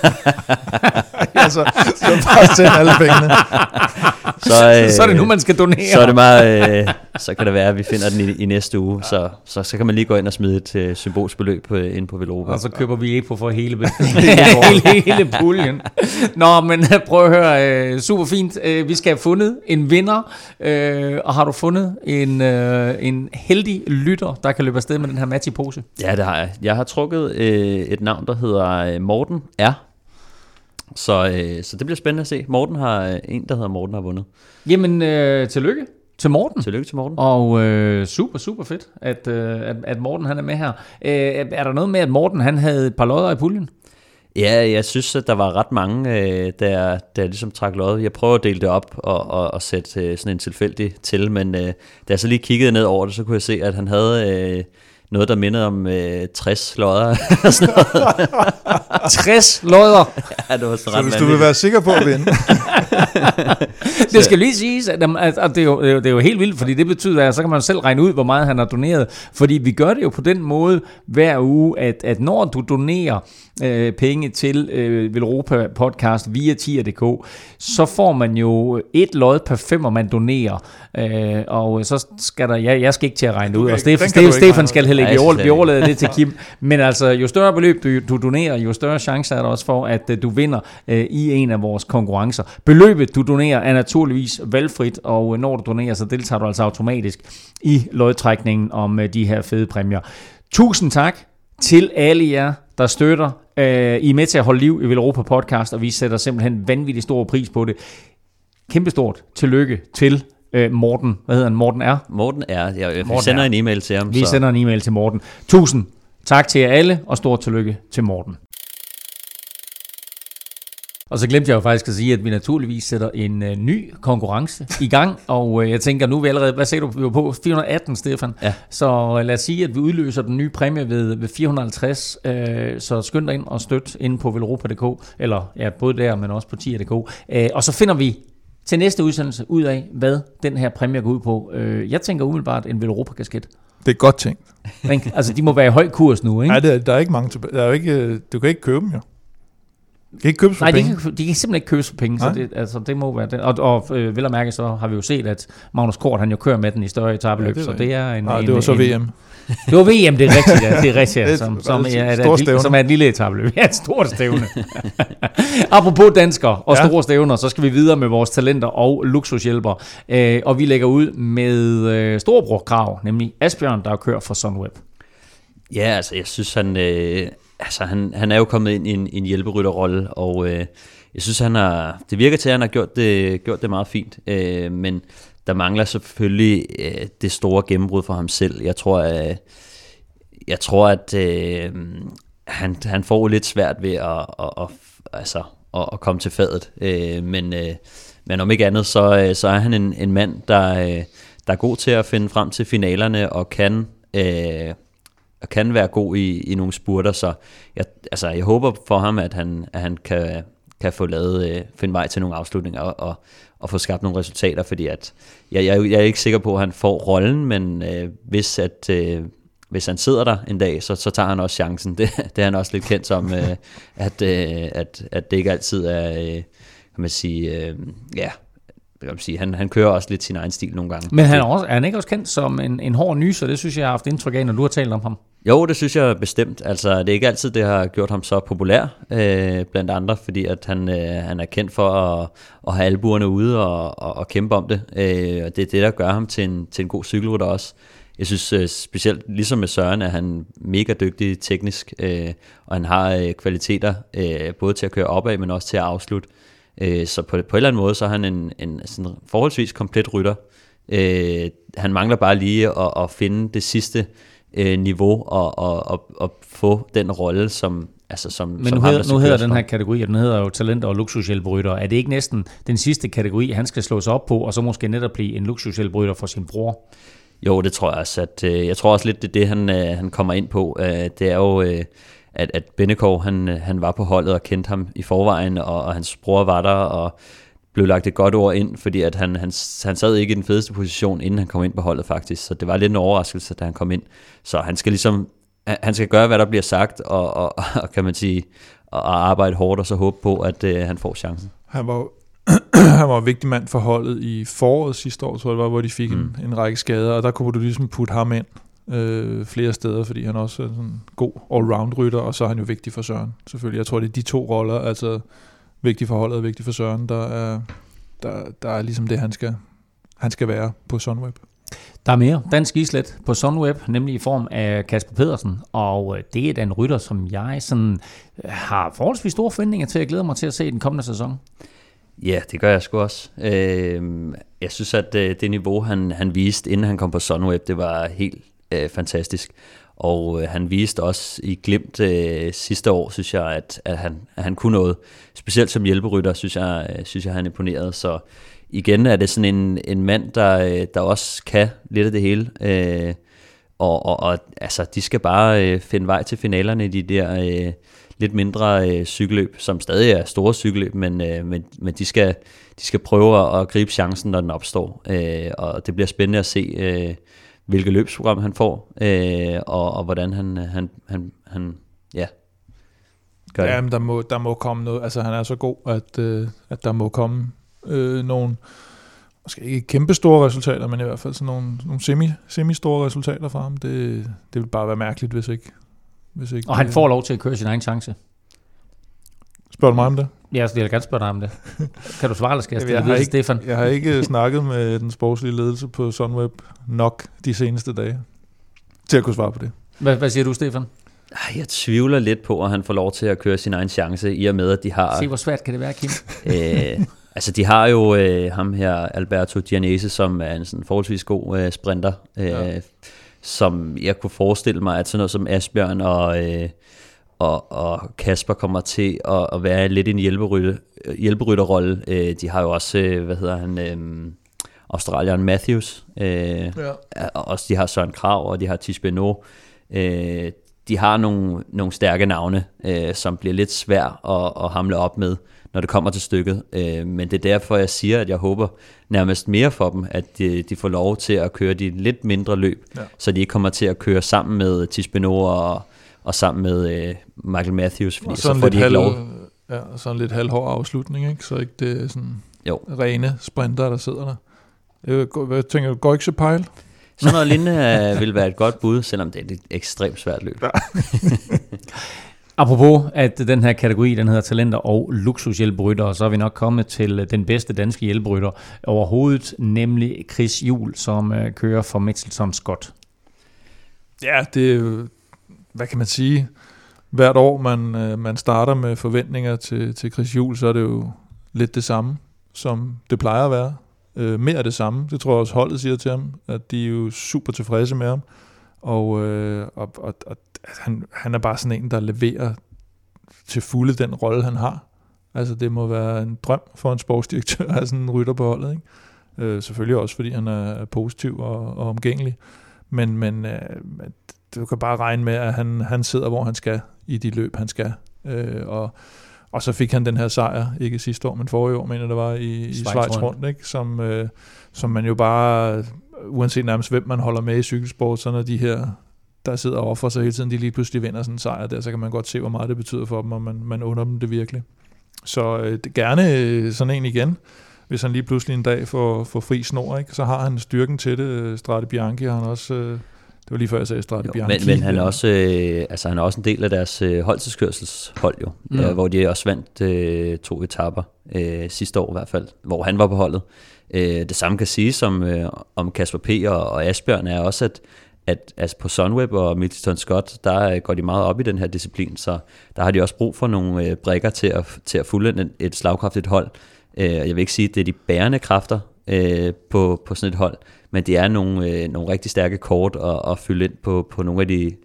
[SPEAKER 4] så bare send alle pengene.
[SPEAKER 2] Så er det nu, man skal donere.
[SPEAKER 3] Så er det meget, så kan det være, at vi finder den i næste uge. Så kan man lige gå ind og smide et symbolsk beløb ind på Velropa.
[SPEAKER 2] Og så køber vi EPO for hele hele puljen. Nå, men prøv at høre, super fint. Vi skal have fundet en vinder, og har du fundet en heldig lytter, der kan løbe afsted med den her Matti-pose?
[SPEAKER 3] Ja, det har jeg. Jeg har trukket et navn, der hedder Morten R. Så det bliver spændende at se. En, der hedder Morten, har vundet.
[SPEAKER 2] Jamen, tillykke til Morten.
[SPEAKER 3] Tillykke til Morten.
[SPEAKER 2] Og super, super fedt, at Morten han er med her. Er der noget med, at Morten han havde et par lodder i puljen?
[SPEAKER 3] Ja, jeg synes, at der var ret mange, der ligesom trak lod. Jeg prøver at dele det op og sætte sådan en tilfældig til, men da jeg så lige kiggede ned over det, så kunne jeg se, at han havde noget, der mindede om 60 lodder.
[SPEAKER 2] 60 lodder?
[SPEAKER 3] Ja, det var så
[SPEAKER 4] hvis du vil være sikker på at vinde.
[SPEAKER 2] Det skal lige siges, at det er jo helt vildt, fordi det betyder, at så kan man selv regne ud, hvor meget han har doneret. Fordi vi gør det jo på den måde hver uge, at når du donerer penge til Velropa Podcast via tier.dk, så får man jo et lod per 5, man donerer. Og så skal der, jeg skal ikke til at regne det ud, og Stefan skal heller ikke, vi overlader det til Kim. Men altså, jo større beløb du donerer, jo større chance er der også for, at du vinder i en af vores konkurrencer. Beløbet, du donerer, er naturligvis valgfrit, og når du donerer, så deltager du altså automatisk i lodtrækningen om de her fede præmier. Tusind tak til alle jer, der støtter. I er med til at holde liv i Velropa Podcast, og vi sætter simpelthen vanvittigt stor pris på det. Kæmpestort tillykke til Morten. Hvad hedder han? Morten R?
[SPEAKER 3] Morten R. Vi sender en e-mail til ham.
[SPEAKER 2] Vi sender en e-mail til Morten. Tusind tak til jer alle, og stort tillykke til Morten. Og så glemte jeg jo faktisk at sige, at vi naturligvis sætter en ny konkurrence i gang, og jeg tænker, nu er vi allerede, hvad sagde du, vi var på 418, Stefan?
[SPEAKER 3] Ja.
[SPEAKER 2] Så lad os sige, at vi udløser den nye præmie ved 450, så skynd dig ind og støt inde på velropa.dk, eller ja, både der, men også på tier.dk, og så finder vi til næste udsendelse ud af, hvad den her præmie går ud på. Jeg tænker umiddelbart en Velropa-kasket.
[SPEAKER 4] Det er godt tænkt.
[SPEAKER 2] Altså, de må være i høj kurs nu, ikke?
[SPEAKER 4] Nej, der er ikke mange tilbage. Der er jo ikke, du kan ikke købe dem, jo. De kan ikke købes for penge.
[SPEAKER 2] Nej, de kan simpelthen ikke købes for penge, så det må være det. Og vel at mærke, så har vi jo set, at Magnus Kort, han jo kører med den i større etabeløb, så det er en...
[SPEAKER 4] Nej, det var så VM.
[SPEAKER 2] Det var VM, det er rigtigt, ja. Det er rigtigt, som er et lille etabeløb. Ja, et stort stævne. Apropos danskere og store stævner, så skal vi videre med vores talenter og luksushjælpere. Og vi lægger ud med storebror Krav, nemlig Asbjørn, der kører for Sunweb.
[SPEAKER 3] Ja, altså jeg synes, han er jo kommet ind i en hjælperytterrolle, og jeg synes, det virker til, at han har gjort det meget fint, men der mangler selvfølgelig det store gennembrud for ham selv. Jeg tror, at han får lidt svært ved at komme til fadet, men om ikke andet, så er han en mand, der er god til at finde frem til finalerne og kan være god i nogle spurter, så jeg håber for ham, at han kan få finde vej til nogle afslutninger og få skabt nogle resultater, fordi at jeg er ikke sikker på, at han får rollen, men hvis han sidder der en dag, så tager han også chancen. Det er han også lidt kendt som, at det ikke altid er, kan man sige, han kører også lidt sin egen stil nogle gange.
[SPEAKER 2] Men er han ikke også kendt som en hård nyser? Det synes jeg har haft indtryk af, når du har talt om ham.
[SPEAKER 3] Jo, det synes jeg bestemt. Altså, det er ikke altid, det har gjort ham så populær, blandt andre, fordi at han er kendt for at have albuerne ude og kæmpe om det. Og det er det, der gør ham til en god cykelrytter også. Jeg synes specielt, ligesom med Søren, er han mega dygtig teknisk, og han har kvaliteter både til at køre opad, men også til at afslutte. Så på en eller anden måde, så er han en sådan forholdsvis komplet rytter. Han mangler bare lige at finde det sidste niveau og få den rolle, som
[SPEAKER 2] men nu hedder den her kategori, og den hedder jo talenter og luksushjælperytter. Er det ikke næsten den sidste kategori, han skal slå sig op på, og så måske netop blive en luksushjælperytter for sin bror?
[SPEAKER 3] Jo, det tror jeg også. Jeg tror også lidt, det er det, han kommer ind på. Det er jo, at Bennekov, han var på holdet og kendte ham i forvejen, og hans bror var der, og blev lagt et godt ord ind, fordi at han sad ikke i den fedeste position, inden han kom ind på holdet faktisk. Så det var lidt en overraskelse, da han kom ind. Så han skal han skal gøre, hvad der bliver sagt, og kan man sige, og arbejde hårdt, og så håbe på, at han får chancen.
[SPEAKER 4] Han var en vigtig mand for holdet i foråret sidste år, tror jeg det var, hvor de fik en række skader, og der kunne du ligesom putte ham ind flere steder, fordi han også er sådan en god all-round-rytter, og så er han jo vigtig for Søren, selvfølgelig. Jeg tror, det er de to roller, altså vigtig for holdet og vigtig for Søren, der er ligesom det, han skal være på Sunweb.
[SPEAKER 2] Der er mere dansk islet på Sunweb, nemlig i form af Kasper Pedersen, og det er den rytter, som jeg sådan har forholdsvis store forventninger til. Jeg glæder mig til at se den kommende sæson.
[SPEAKER 3] Ja, det gør jeg sgu også. Jeg synes, at det niveau, han viste, inden han kom på Sunweb, det var helt fantastisk. Og han viste også i glimt sidste år, synes jeg, at han kunne noget. Specielt som hjælperytter, synes jeg han imponerede. Så igen er det sådan en mand, der også kan lidt af det hele. Og altså, de skal bare finde vej til finalerne i de der lidt mindre cykelløb, som stadig er store cykelløb, men de skal prøve at gribe chancen, når den opstår. Og det bliver spændende at se, hvilket løbsprogram han får, og hvordan han gør det.
[SPEAKER 4] Ja, men der må komme noget. Altså, han er så god, at der må komme nogle, måske ikke kæmpe store resultater, men i hvert fald sådan nogle semi-store resultater fra ham. Det vil bare være mærkeligt, hvis ikke.
[SPEAKER 2] Og han får lov til at køre sin egen chance.
[SPEAKER 4] Spørger du mig om det?
[SPEAKER 2] Ja, jeg vil gerne spørge dig om det. Kan du svare, eller skal jeg
[SPEAKER 4] stille
[SPEAKER 2] videre til Stefan?
[SPEAKER 4] Jeg har ikke snakket med den sportslige ledelse på Sunweb nok de seneste dage, til at kunne svare på det.
[SPEAKER 2] Hvad siger du, Stefan?
[SPEAKER 3] Jeg tvivler lidt på, at han får lov til at køre sin egen chance, i og med, at de har...
[SPEAKER 2] Se, hvor svært kan det være, Kim?
[SPEAKER 3] Altså, de har jo ham her, Alberto Gianese, som er en sådan forholdsvis god sprinter, som jeg kunne forestille mig, at sådan noget som Asbjørn og Kasper kommer til at være lidt i en hjælperytterrolle. De har jo også, Australieren Matthews, og også de har Søren Krag, og de har Tish Benoit. De har nogle stærke navne, som bliver lidt svær at hamle op med, når det kommer til stykket. Men det er derfor, jeg siger, at jeg håber nærmest mere for dem, at de får lov til at køre de lidt mindre løb, så de ikke kommer til at køre sammen med Tish Benoit og sammen med Michael Matthews, fordi så får de ikke lov.
[SPEAKER 4] Ja, sådan lidt halvhård afslutning, ikke? Så ikke det er sådan rene sprinter, der sidder der. Hvad tænker du, Goikse Pejl?
[SPEAKER 3] Sådan noget lignende vil være et godt bud, selvom det er et ekstremt svært løb. Ja.
[SPEAKER 2] Apropos, at den her kategori, den hedder talenter og luksushjælperytter, så er vi nok kommet til den bedste danske hjælperytter overhovedet, nemlig Chris Juhl, som kører for Mitchelton Scott.
[SPEAKER 4] Ja, det er, hvad kan man sige, hvert år man starter med forventninger til Chris Juhl, så er det jo lidt det samme, som det plejer at være. Mere af det samme. Det tror jeg også holdet siger til ham, at de er jo super tilfredse med ham. Og han er bare sådan en, der leverer til fulde den rolle, han har. Altså det må være en drøm for en sportsdirektør at have sådan en rytter på holdet, ikke? Selvfølgelig også, fordi han er positiv og omgængelig. Men du kan bare regne med, at han sidder, hvor han skal, i de løb, han skal. Og så fik han den her sejr, ikke sidste år, men forrige år, mener det var i Schweiz rundt, ikke? Som man jo bare, uanset nærmest hvem man holder med i cykelsport, så når de her, der sidder og offrer sig hele tiden, de lige pludselig vinder sådan en sejr der, så kan man godt se, hvor meget det betyder for dem, og man under dem det virkelig. Så gerne sådan en igen, hvis han lige pludselig en dag får fri snor, ikke? Så har han styrken til det. Strade Bianchi har han også... Det var lige før jeg sagde Strade Bianchi.
[SPEAKER 3] Men han er også, han er også en del af deres holdtidskørselshold jo, hvor de også vandt 2 etaper sidste år i hvert fald, hvor han var på holdet. Det samme kan siges om Kasper P. og Asbjørn er også, at altså på Sunweb og Mitchelton Scott, der går de meget op i den her disciplin, så der har de også brug for nogle brikker til at fulde et slagkraftigt hold. Jeg vil ikke sige, at det er de bærende kræfter på sådan et hold, men det er nogle rigtig stærke kort at fylde ind på nogle af de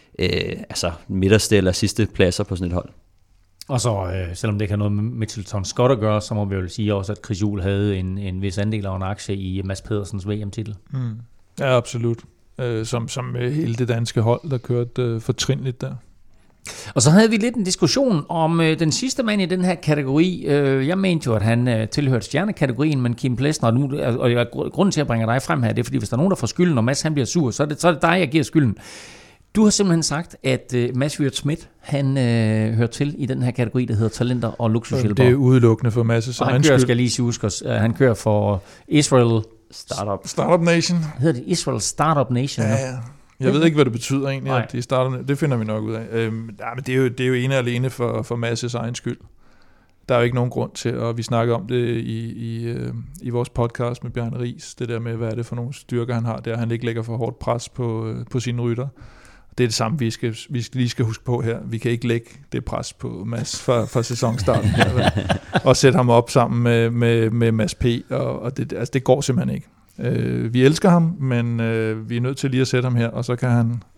[SPEAKER 3] midterste eller sidste pladser på sådan et hold.
[SPEAKER 2] Og så, selvom det ikke har noget med Mitchelton Scott at gøre, så må vi jo sige også, at Chris Juhl havde en vis andel af en aktie i Mads Pedersens VM-titel.
[SPEAKER 4] Ja, absolut. Som hele det danske hold, der kørte fortrinligt der.
[SPEAKER 2] Og så havde vi lidt en diskussion om den sidste mand i den her kategori. Jeg mente jo, at han tilhørte stjernekategorien, men Kim Plesner, og grunden til at bringe dig frem her, det er, fordi hvis der er nogen, der får skylden, og Mads han bliver sur, så er det dig, jeg giver skylden. Du har simpelthen sagt, at Mads Wirt Schmidt, han hører til i den her kategori, der hedder talenter og luksushjælpere.
[SPEAKER 4] Det er udelukkende for Mads'
[SPEAKER 2] og han kører, skal lige huske, han kører for Israel
[SPEAKER 4] Startup Nation.
[SPEAKER 2] Hedder det Israel Startup Nation?
[SPEAKER 4] Ja. Jeg ved ikke, hvad det betyder egentlig, at de starter. Det finder vi nok ud af. Men det er jo ene og alene for Mads' egen skyld. Der er jo ikke nogen grund til, og vi snakker om det i vores podcast med Bjarne Riis, det der med, hvad er det for nogle styrker, han har der. Han ikke lægger for hårdt pres på sine rytter. Det er det samme, vi lige skal huske på her. Vi kan ikke lægge det pres på Mads fra sæsonstarten her, og sætte ham op sammen med Mads P. Og det går simpelthen ikke. Vi elsker ham, men vi er nødt til lige at sætte ham her, og så kan han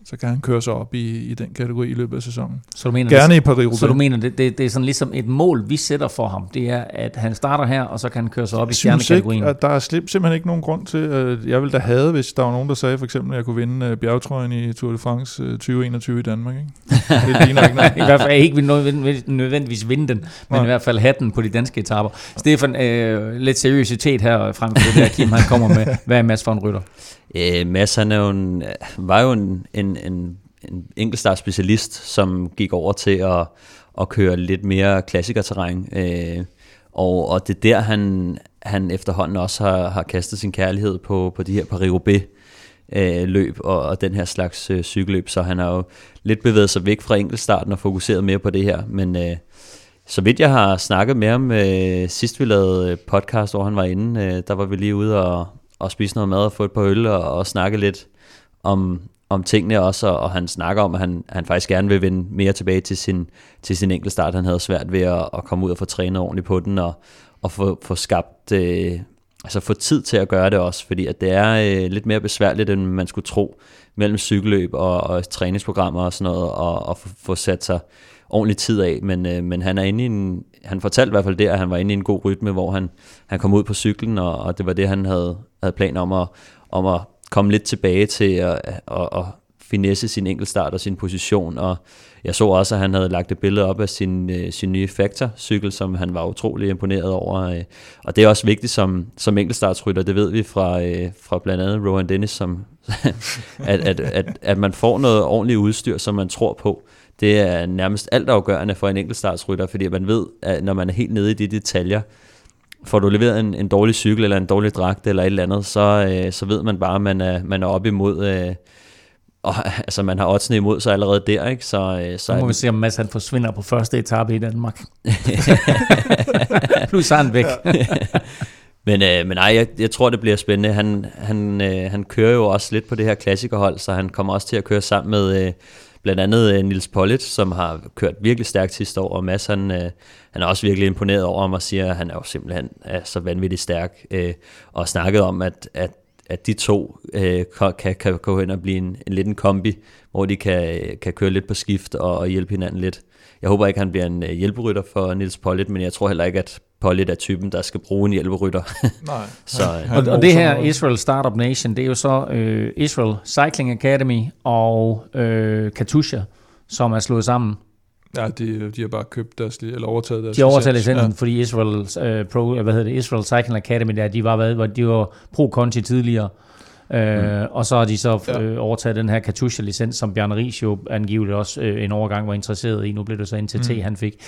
[SPEAKER 4] så kan han køre sig op i den kategori i løbet af sæsonen.
[SPEAKER 2] Så du mener,
[SPEAKER 4] gerne i Paris-Roubaix.
[SPEAKER 2] Så du mener, det er sådan ligesom et mål, vi sætter for ham. Det er, at han starter her, og så kan han køre sig op i stjernekategorien.
[SPEAKER 4] At der er simpelthen ikke nogen grund til, jeg ville da have, hvis der var nogen, der sagde for eksempel, at jeg kunne vinde bjergtrøjen i Tour de France 2021 i Danmark. Ikke? Det ligner ikke noget.
[SPEAKER 2] I hvert fald ikke nødvendigvis vinde den, men i hvert fald have den på de danske etaper. Stefan, lidt seriøsitet her frem til det der, Kim han kommer med. Hvad er Mads for en rytter?
[SPEAKER 3] Mads, han er var jo en enkeltstartspecialist, som gik over til at køre lidt mere klassikerterræn. Og det er der, han efterhånden også har kastet sin kærlighed på de her Paris-Roubaix løb og den her slags cykelløb. Så han har jo lidt bevæget sig væk fra enkeltstarten og fokuseret mere på det her. Men så vidt jeg har snakket med ham sidst vi lavede podcast, hvor han var inde, der var vi lige ude og spise noget mad og få et par øl og snakke lidt om tingene også, og han snakker om, at han faktisk gerne vil vende mere tilbage til sin enkeltstart. Han havde svært ved at komme ud og få trænet ordentligt på den, og få skabt, altså få tid til at gøre det også, fordi at det er lidt mere besværligt, end man skulle tro, mellem cykelløb og træningsprogrammer og sådan noget, og få sat sig ordentlig tid af, men han er inde i han fortalte i hvert fald det, at han var inde i en god rytme, hvor han kom ud på cyklen, og det var det, han havde planer om at komme lidt tilbage til at finesse sin enkeltstart og sin position, og jeg så også, at han havde lagt et billede op af sin nye Factor-cykel, som han var utrolig imponeret over, og det er også vigtigt som enkeltstartsrytter, det ved vi fra blandt andet Rowan Dennis, som at man får noget ordentligt udstyr, som man tror på. Det er nærmest altafgørende for en enkeltstartsrytter, fordi man ved, at når man er helt nede i de detaljer, får du leveret en dårlig cykel eller en dårlig dragt eller et eller andet, så ved man bare, at man er op imod, og altså man har oddsene imod sig allerede der, ikke? Så
[SPEAKER 2] må vi se, om Mads han forsvinder på første etape i Danmark. Plus han væk.
[SPEAKER 3] Men nej, jeg tror, det bliver spændende. Han kører jo også lidt på det her klassikerhold, så han kommer også til at køre sammen med blandt andet Nils Pollitt, som har kørt virkelig stærkt sidste år, og Mads, han er også virkelig imponeret over ham og siger, at han er jo simpelthen så vanvittigt stærk, og snakket om, at de to kan gå hen og blive en lidt en kombi, hvor de kan køre lidt på skift og hjælpe hinanden lidt. Jeg håber ikke, han bliver en hjælperytter for Nils Pollitt, men jeg tror heller ikke, at Pollitt er typen, der skal bruge en hjælperytter.
[SPEAKER 2] Nej. Og det her Israel Startup Nation, det er jo så Israel Cycling Academy og Katusha, som er slået sammen.
[SPEAKER 4] Ja, de har bare købt deres, eller overtaget deres
[SPEAKER 2] licens. De har overtaget licensen, fordi Israel Cycling Academy, de var pro-Conti tidligere. Og så har de overtaget den her Katusha-licens, som Bjarne Riis jo angiveligt også en overgang var interesseret i. Nu blev det så NTT, han fik.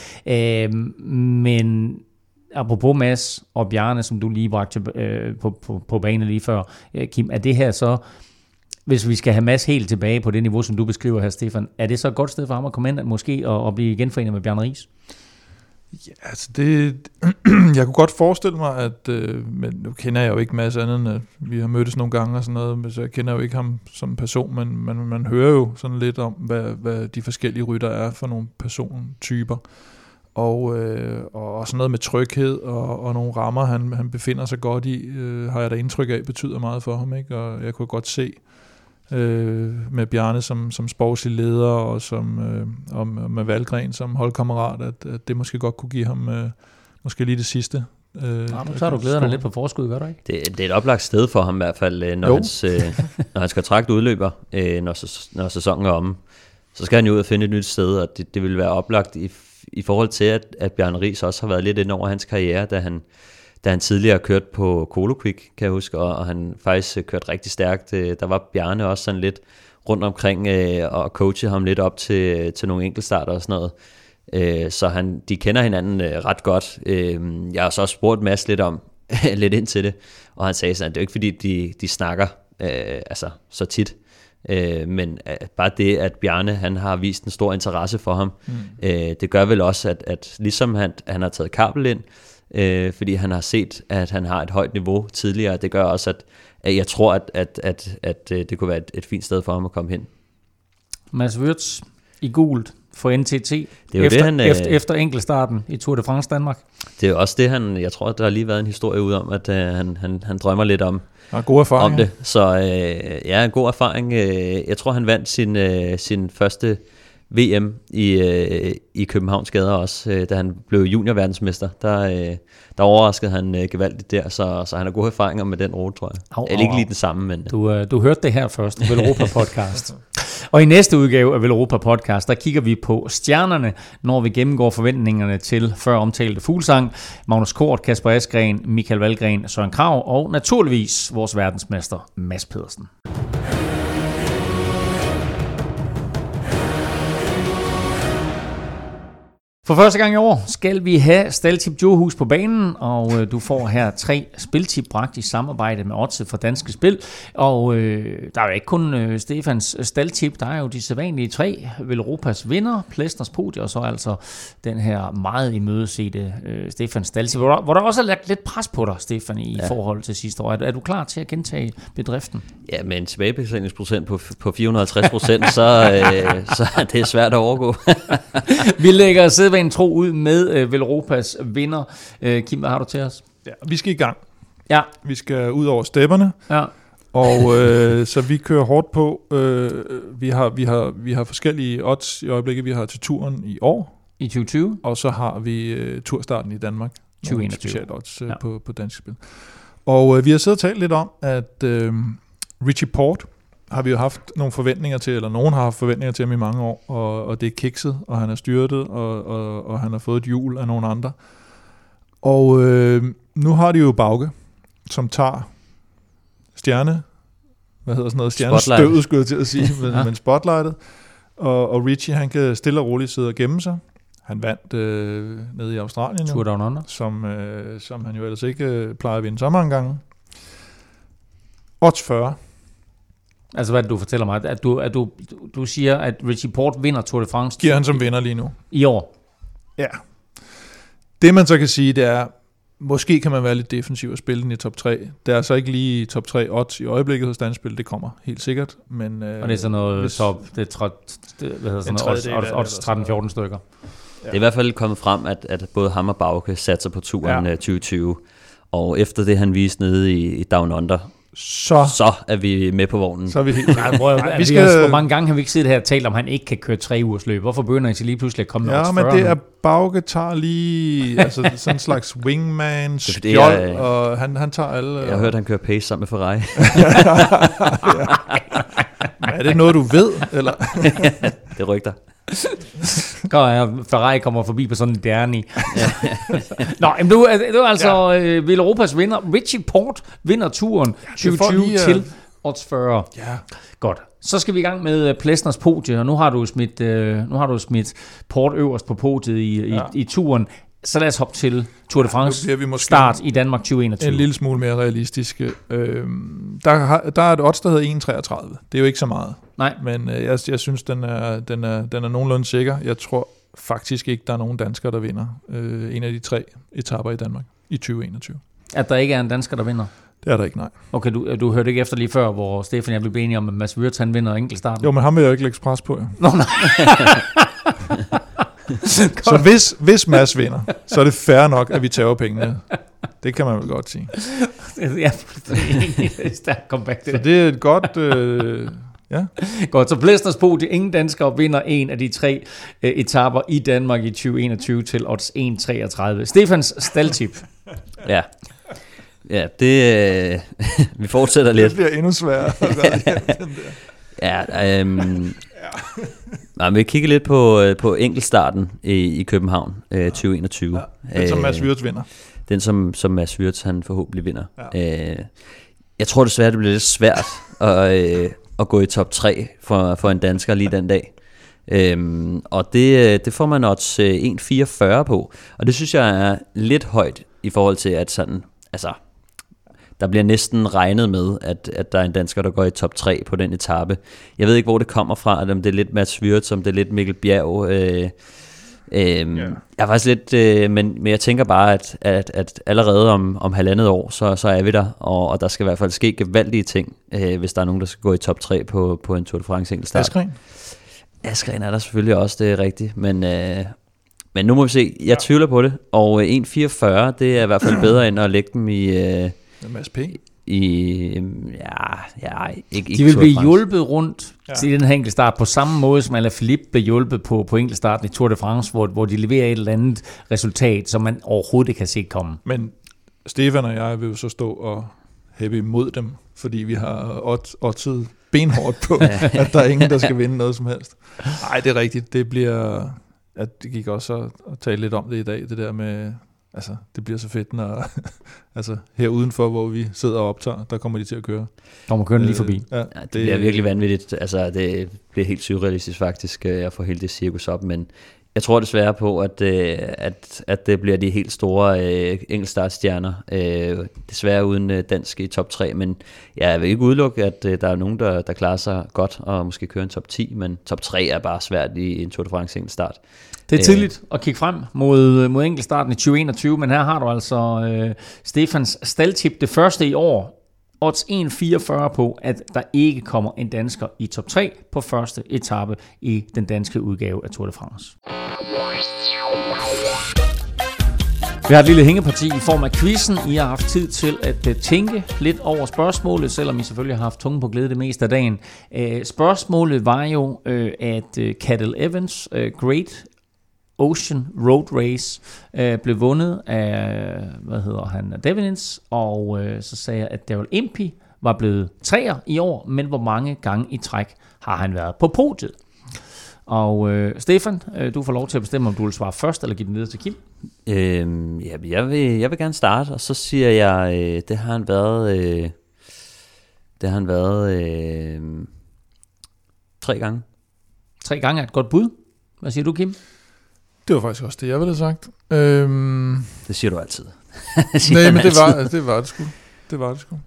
[SPEAKER 2] Men apropos Mads og Bjarne, som du lige bragte på banen lige før, Kim, er det her så, hvis vi skal have Mads helt tilbage på det niveau, som du beskriver her, Stefan, er det så et godt sted for ham at komme ind, måske og blive genforenet med Bjarne Riis?
[SPEAKER 4] Ja, altså jeg kunne godt forestille mig, at men nu kender jeg jo ikke Mads andet end, at vi har mødtes nogle gange og sådan noget, så jeg kender jo ikke ham som person, men man hører jo sådan lidt om, hvad de forskellige rytter er for nogle persontyper, og sådan noget med tryghed og nogle rammer, han befinder sig godt i, har jeg da indtryk af, betyder meget for ham, ikke? Og jeg kunne godt se med Bjarne som sportslig leder og med Valgren som holdkammerat, at det måske godt kunne give ham måske lige det sidste.
[SPEAKER 2] Så har du glædet dig lidt på forskud, gør du ikke?
[SPEAKER 3] Det er et oplagt sted for ham i hvert fald, når hans kontrakt udløber, når sæsonen er omme. Så skal han jo ud og finde et nyt sted, og det vil være oplagt i forhold til, at Bjarne Riis også har været lidt ind over hans karriere, da han tidligere kørte på Coloquick, kan jeg huske, og han faktisk kørte rigtig stærkt. Der var Bjarne også sådan lidt rundt omkring og coachede ham lidt op til nogle enkeltstarter og sådan noget. Så de kender hinanden ret godt. Jeg har så også spurgt Mads lidt ind til det, og han sagde sådan, at det er jo ikke fordi, de snakker så tit. Men bare det, at Bjarne han har vist en stor interesse for ham, det gør vel også, at ligesom han har taget kabel ind, fordi han har set, at han har et højt niveau tidligere. Det gør også, at jeg tror, at det kunne være et fint sted for ham at komme hen.
[SPEAKER 2] Mads Wirtz i gult, for NTT efter enkeltstarten i Tour de France Danmark.
[SPEAKER 3] Det er jo også det, jeg tror, der har lige været en historie ude om, at han drømmer lidt om,
[SPEAKER 4] god erfaring,
[SPEAKER 3] om det. Så en god erfaring. Jeg tror, han vandt sin første VM i Københavns gader også, da han blev juniorverdensmester. Der overraskede han gevaldigt der, så han har gode erfaringer med den rute, tror jeg. Eller ikke lige den samme, men...
[SPEAKER 2] Du hørte det her først, Velropa Podcast. Og i næste udgave af Velropa Podcast, der kigger vi på stjernerne, når vi gennemgår forventningerne til før omtalte Fuglsang, Magnus Kort, Kasper Asgreen, Michael Valgren, Søren Kragh og naturligvis vores verdensmester Mads Pedersen. For første gang i år skal vi have Staltip Djurhus på banen, og du får her 3 spiltip bragt i samarbejde med Odset fra Danske Spil. Og der er jo ikke kun Stefans Staltip, der er jo de sædvanlige 3 Velropas vinder, Plesners podie, og så altså den her meget imødesete Stefans Staltip, hvor der også er lagt lidt pres på dig, Stefan, i forhold til sidste år. Er du klar til at gentage bedriften?
[SPEAKER 3] Ja, med en tilbagebetalingsprocent på 450%, så er det svært at overgå.
[SPEAKER 2] Vi lægger sædvanligt tro ud med Velropas vinder. Kim, hvad har du til os?
[SPEAKER 4] Ja, vi skal i gang.
[SPEAKER 2] Ja.
[SPEAKER 4] Vi skal ud over stepperne.
[SPEAKER 2] Ja.
[SPEAKER 4] Og så vi kører hårdt på. Vi har forskellige odds i øjeblikket. Vi har til turen i år.
[SPEAKER 2] I 2020.
[SPEAKER 4] Og så har vi turstarten i Danmark.
[SPEAKER 2] 2021.
[SPEAKER 4] Specielt odds på Danske Spil. Og vi har siddet og talt lidt om, at Richie Porte har vi jo haft nogle forventninger til, eller nogen har haft forventninger til ham i mange år, og det er kikset, og han er styrtet, og han har fået et hjul af nogle andre. Og nu har de jo Bauke, som tager stjernestøvet, skulle jeg til at sige, men spotlightet, og Richie, han kan stille og roligt sidde og gemme sig. Han vandt nede i Australien,
[SPEAKER 2] Tour Down Under,
[SPEAKER 4] som han jo ellers ikke plejer at vinde så mange gange. Odds 40.
[SPEAKER 2] Altså hvad du fortæller mig, at du siger, at Richie Porte vinder Tour de France.
[SPEAKER 4] Giver han som vinder lige nu.
[SPEAKER 2] I år?
[SPEAKER 4] Ja. Det man så kan sige, det er, måske kan man være lidt defensiv og spille den i top 3. Der er så ikke lige top 3 odds i øjeblikket hos Dansk Spil, det kommer helt sikkert. Men,
[SPEAKER 2] og det er sådan noget top, det hedder sådan noget odds 13-14 stykker.
[SPEAKER 3] Ja. Det er i hvert fald kommet frem, at både ham og Bauke satser på turen 2020, og efter det han viste nede i Down Under, så er vi med på vognen.
[SPEAKER 4] Så er vi helt
[SPEAKER 2] hvor mange gange har vi ikke siddet her og talt om, han ikke kan køre 3 ugers løb? Hvorfor begynder han lige pludselig at komme med
[SPEAKER 4] odds 40? Ja, men det er Bauke tager lige altså sådan en slags wingman, skjold, og han tager alle.
[SPEAKER 3] Jeg har hørt, han kører pace sammen med Ferrari.
[SPEAKER 4] Er det noget, du ved? Eller?
[SPEAKER 3] Det rygter.
[SPEAKER 2] Ferrari kommer forbi på sådan en Derni. Nå, men du er altså Velropas vinder. Richie Porte vinder turen 2020 til odds 40.
[SPEAKER 4] Ja.
[SPEAKER 2] Godt. Så skal vi i gang med Plesners podie, og nu har du smidt Porte øverst på podiet i turen. Så lad os hoppe til Tour de France start i Danmark 2021.
[SPEAKER 4] En lille smule mere realistisk. Der er et odds, der hedder 1,33. Det er jo ikke så meget.
[SPEAKER 2] Nej.
[SPEAKER 4] Men jeg synes, den er nogenlunde sikker. Jeg tror faktisk ikke, der er nogen danskere, der vinder en af de 3 etaper i Danmark i 2021.
[SPEAKER 2] At der ikke er en dansker, der vinder?
[SPEAKER 4] Det er der ikke, nej.
[SPEAKER 2] Okay, du hørte ikke efter lige før, hvor Stefan og jeg blev enige om, at Mads Wirtz, han vinder enkeltstarten.
[SPEAKER 4] Jo, men ham vil jeg ikke lægge pres på, ja.
[SPEAKER 2] Nå, nej.
[SPEAKER 4] Så hvis Mads vinder, så er det fair nok, at vi tager pengene. Det kan man vel godt sige.
[SPEAKER 2] Ja, stærkt comeback det.
[SPEAKER 4] Så det er et godt... ja.
[SPEAKER 2] Godt, så Plesners podie, ingen danskere vinder en af de 3 etaper i Danmark i 2021 til odds 1,33. Stefans Staltip.
[SPEAKER 3] Ja, det... vi fortsætter lidt.
[SPEAKER 4] Det bliver endnu sværere.
[SPEAKER 3] Nej, vi kigger lidt på enkeltstarten i København 2021.
[SPEAKER 4] Ja, den som Mads Wirtz vinder.
[SPEAKER 3] Den som Mads Wirtz han forhåbentlig vinder. Ja. Jeg tror desværre, det bliver lidt svært at gå i top 3 for en dansker lige den dag. Og det får man odds 1,44 på. Og det synes jeg er lidt højt i forhold til, at sådan, altså, der bliver næsten regnet med, at der er en dansker, der går i top 3 på den etape. Jeg ved ikke, hvor det kommer fra, om det er lidt Mads Wirtz, om det er lidt Mikkel Bjerg. Jeg er faktisk lidt, men jeg tænker bare, at allerede om halvandet år, så er vi der, og der skal i hvert fald ske gevaldige ting, hvis der er nogen, der skal gå i top 3 på en Tour de France enkeltstart.
[SPEAKER 4] Asgreen?
[SPEAKER 3] Askren er der selvfølgelig også, det er rigtigt, men nu må vi se. Jeg tvivler på det, og 1,44, det er i hvert fald bedre end at lægge dem i...
[SPEAKER 4] Mads P.
[SPEAKER 3] Ikke
[SPEAKER 2] de vil blive hjulpet rundt til den her enkeltstart på samme måde, som Alaphilippe blev hjulpet på enkeltstarten i Tour de France, hvor de leverer et eller andet resultat, som man overhovedet ikke kan se komme.
[SPEAKER 4] Men Stefan og jeg vil jo så stå og hæppe imod dem, fordi vi har oddset benhårdt på, at der er ingen, der skal vinde noget som helst. Nej, det er rigtigt. Det bliver... At det gik også at tale lidt om det i dag, det der med... Altså, det bliver så fedt, når altså, her udenfor, hvor vi sidder og optager, der kommer de til at køre.
[SPEAKER 2] Kommer kørende lige forbi.
[SPEAKER 3] Ja, det bliver virkelig vanvittigt. Altså, det bliver helt surrealistisk faktisk, at få hele det cirkus op, men jeg tror desværre på, at det bliver de helt store enkeltstartstjerner. Desværre uden dansk i top 3, men jeg vil ikke udelukke, at der er nogen, der klarer sig godt og måske kører en top 10, men top 3 er bare svært i en Tour de France enkeltstart.
[SPEAKER 2] Det er tidligt at kigge frem mod enkeltstarten i 2021, men her har du altså Stefans staldtip, det første i år. Odds 1,44 på, at der ikke kommer en dansker i top 3 på første etape i den danske udgave af Tour de France. Vi har et lille hængeparti i form af quizzen. I har haft tid til at tænke lidt over spørgsmålet, selvom I selvfølgelig har haft tungen på glæde det meste af dagen. Spørgsmålet var jo, at Cadel Evans Great Ocean Road Race blev vundet af, Devonins, og så sagde jeg, at Daryl Impey var blevet 3'er i år, men hvor mange gange i træk har han været på podiet? Og Stefan, du får lov til at bestemme, om du vil svare først, eller give den videre til Kim.
[SPEAKER 3] Jeg vil gerne starte, og så siger jeg, det har han været 3 gange.
[SPEAKER 2] 3 gange er et godt bud. Hvad siger du, Kim?
[SPEAKER 4] Det var faktisk også det, jeg ville have sagt.
[SPEAKER 3] Det siger du altid.
[SPEAKER 4] Nej, men det var det sgu. Det var det sgu.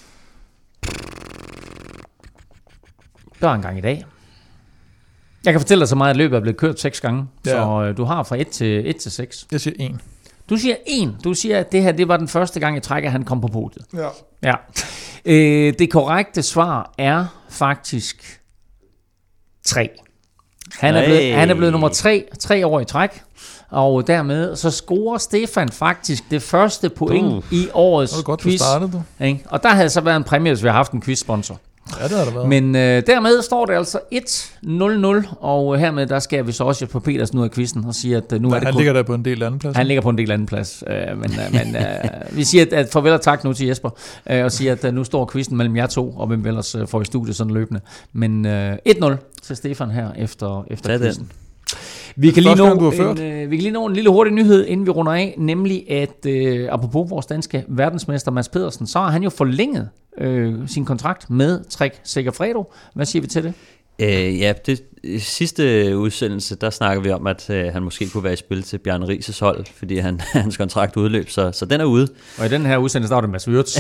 [SPEAKER 2] Der var en gang i dag. Jeg kan fortælle dig så meget, at løbet er blevet kørt 6 gange, så du har fra 1 til 6.
[SPEAKER 4] Jeg siger 1.
[SPEAKER 2] Du siger 1. Du siger, at det her det var den første gang i træk, at han kom på podiet. Ja. Det korrekte svar er faktisk 3. Han er blevet nummer 3 år i træk, og dermed så scorer Stefan faktisk det første point i årets quiz. Det var godt, du startede, du. Og der havde så været en præmie, hvis vi har haft en quizsponsor.
[SPEAKER 4] Ja, det har der været.
[SPEAKER 2] Men dermed står det altså 1-0, og hermed der skal vi så også på Petersen ud af quizzen og sige, at nu er det
[SPEAKER 4] han ligger der på en del anden plads.
[SPEAKER 2] Han ligger på en del anden plads, men vi siger at farvel og tak nu til Jesper, og siger, at nu står quizzen mellem jer to, og hvem ellers får i studiet sådan løbende. Men 1-0 til Stefan her efter quizzen. Vi kan lige nå en lille hurtig nyhed, inden vi runder af, nemlig at apropos vores danske verdensmester Mads Pedersen, så har han jo forlænget sin kontrakt med Trek Segafredo. Hvad siger vi til det?
[SPEAKER 3] Det sidste udsendelse, der snakker vi om, at han måske kunne være i spil til Bjarne Rises hold, fordi hans kontrakt udløb, så den er ude.
[SPEAKER 2] Og i den her udsendelse, der var det Mads Wirtz.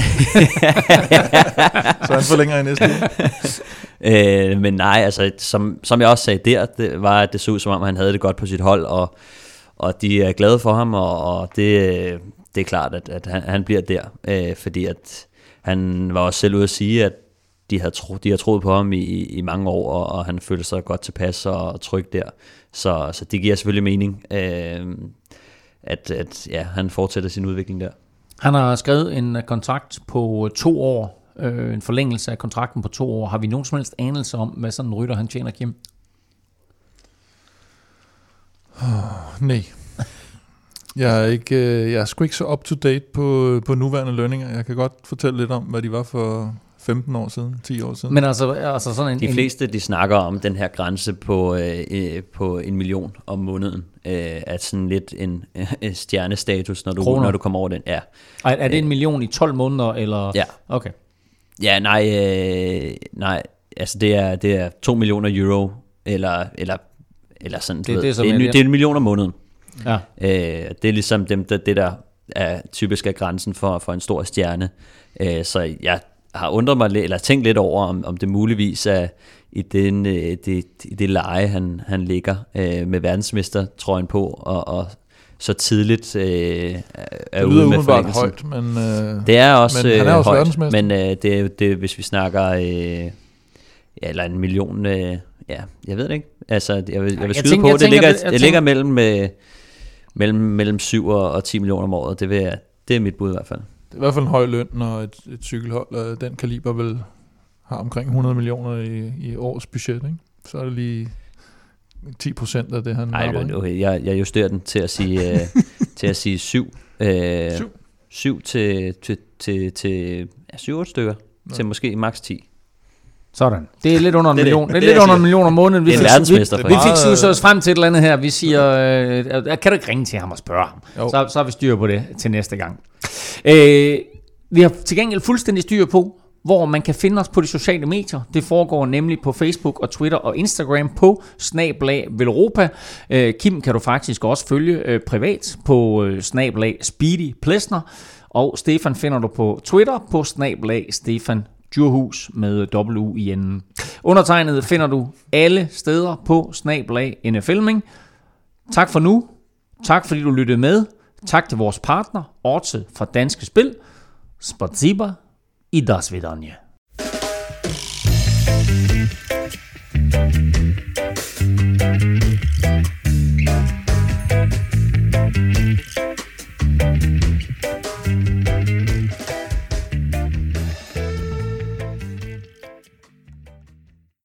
[SPEAKER 4] Så han forlænger i næste uge.
[SPEAKER 3] Men nej, altså som jeg også sagde der, det var, at det så ud som om, han havde det godt på sit hold, og de er glade for ham, og det er klart, at han bliver der, fordi at han var også selv ude at sige, at de har troet på ham i mange år, og han følte sig godt tilpas og tryg der. Så det giver selvfølgelig mening, at han fortsætter sin udvikling der.
[SPEAKER 2] Han har skrevet en kontrakt på 2 år, en forlængelse af kontrakten på 2 år. Har vi nogen som helst anelse om, hvad sådan en rytter han tjener, Kim?
[SPEAKER 4] Nej. Jeg er sgu ikke så up to date på nuværende lønninger. Jeg kan godt fortælle lidt om, hvad de var for 15 år siden, 10 år siden.
[SPEAKER 2] Men altså sådan
[SPEAKER 3] de fleste, de snakker om den her grænse på 1 million om måneden, at sådan lidt en stjernestatus, når du kommer over den. Ja.
[SPEAKER 2] Er det 1 million i 12 måneder, eller?
[SPEAKER 3] Ja.
[SPEAKER 2] Okay.
[SPEAKER 3] Ja, nej, altså det er 2 millioner euro, eller sådan, det er 1 million om måneden. Ja. Det er ligesom det der er typisk er grænsen for en stor stjerne. Så jeg har undret mig eller tænkt lidt over, om det muligvis er i det leje, han ligger med verdensmestertrøjen på, og så tidligt er ude med forlængelsen.
[SPEAKER 4] Højt, men
[SPEAKER 3] det er også
[SPEAKER 4] men han er også
[SPEAKER 3] højt,
[SPEAKER 4] verdensmester.
[SPEAKER 3] men det, hvis vi snakker eller 1 million, Ja, jeg ved det ikke. Altså, jeg vil skyde på, det ligger mellem 7 og 10 millioner om året. Det er mit bud i hvert fald.
[SPEAKER 4] Det er i hvert fald en høj løn, når et cykelhold af den kaliber vil har omkring 100 millioner i års budget, ikke? Så er det lige 10% af det, han arbejder.
[SPEAKER 3] Okay, jeg justerer den til at sige, til at sige 7. 7 til 7-8 stykker. Ja. Til måske max 10.
[SPEAKER 2] Sådan. Det er lidt under en million. Det er lidt under en million om måneden.
[SPEAKER 3] Det er en verdensmester.
[SPEAKER 2] Vi fik så os frem til et eller andet her. Vi siger, kan du ikke ringe til ham og spørge ham? Så har vi styr på det til næste gang. Vi har til gengæld fuldstændig styr på, hvor man kan finde os på de sociale medier. Det foregår nemlig på Facebook og Twitter og Instagram på @Velropa. Kim kan du faktisk også følge privat på @SpeedyPlesner. Og Stefan finder du på Twitter på @Stefan Djurhus med W i enden. Undertegnet finder du alle steder på @NFLming. Tak for nu. Tak fordi du lyttede med. Tak til vores partner, Orte fra Danske Spil. Spasiba i das vidanje.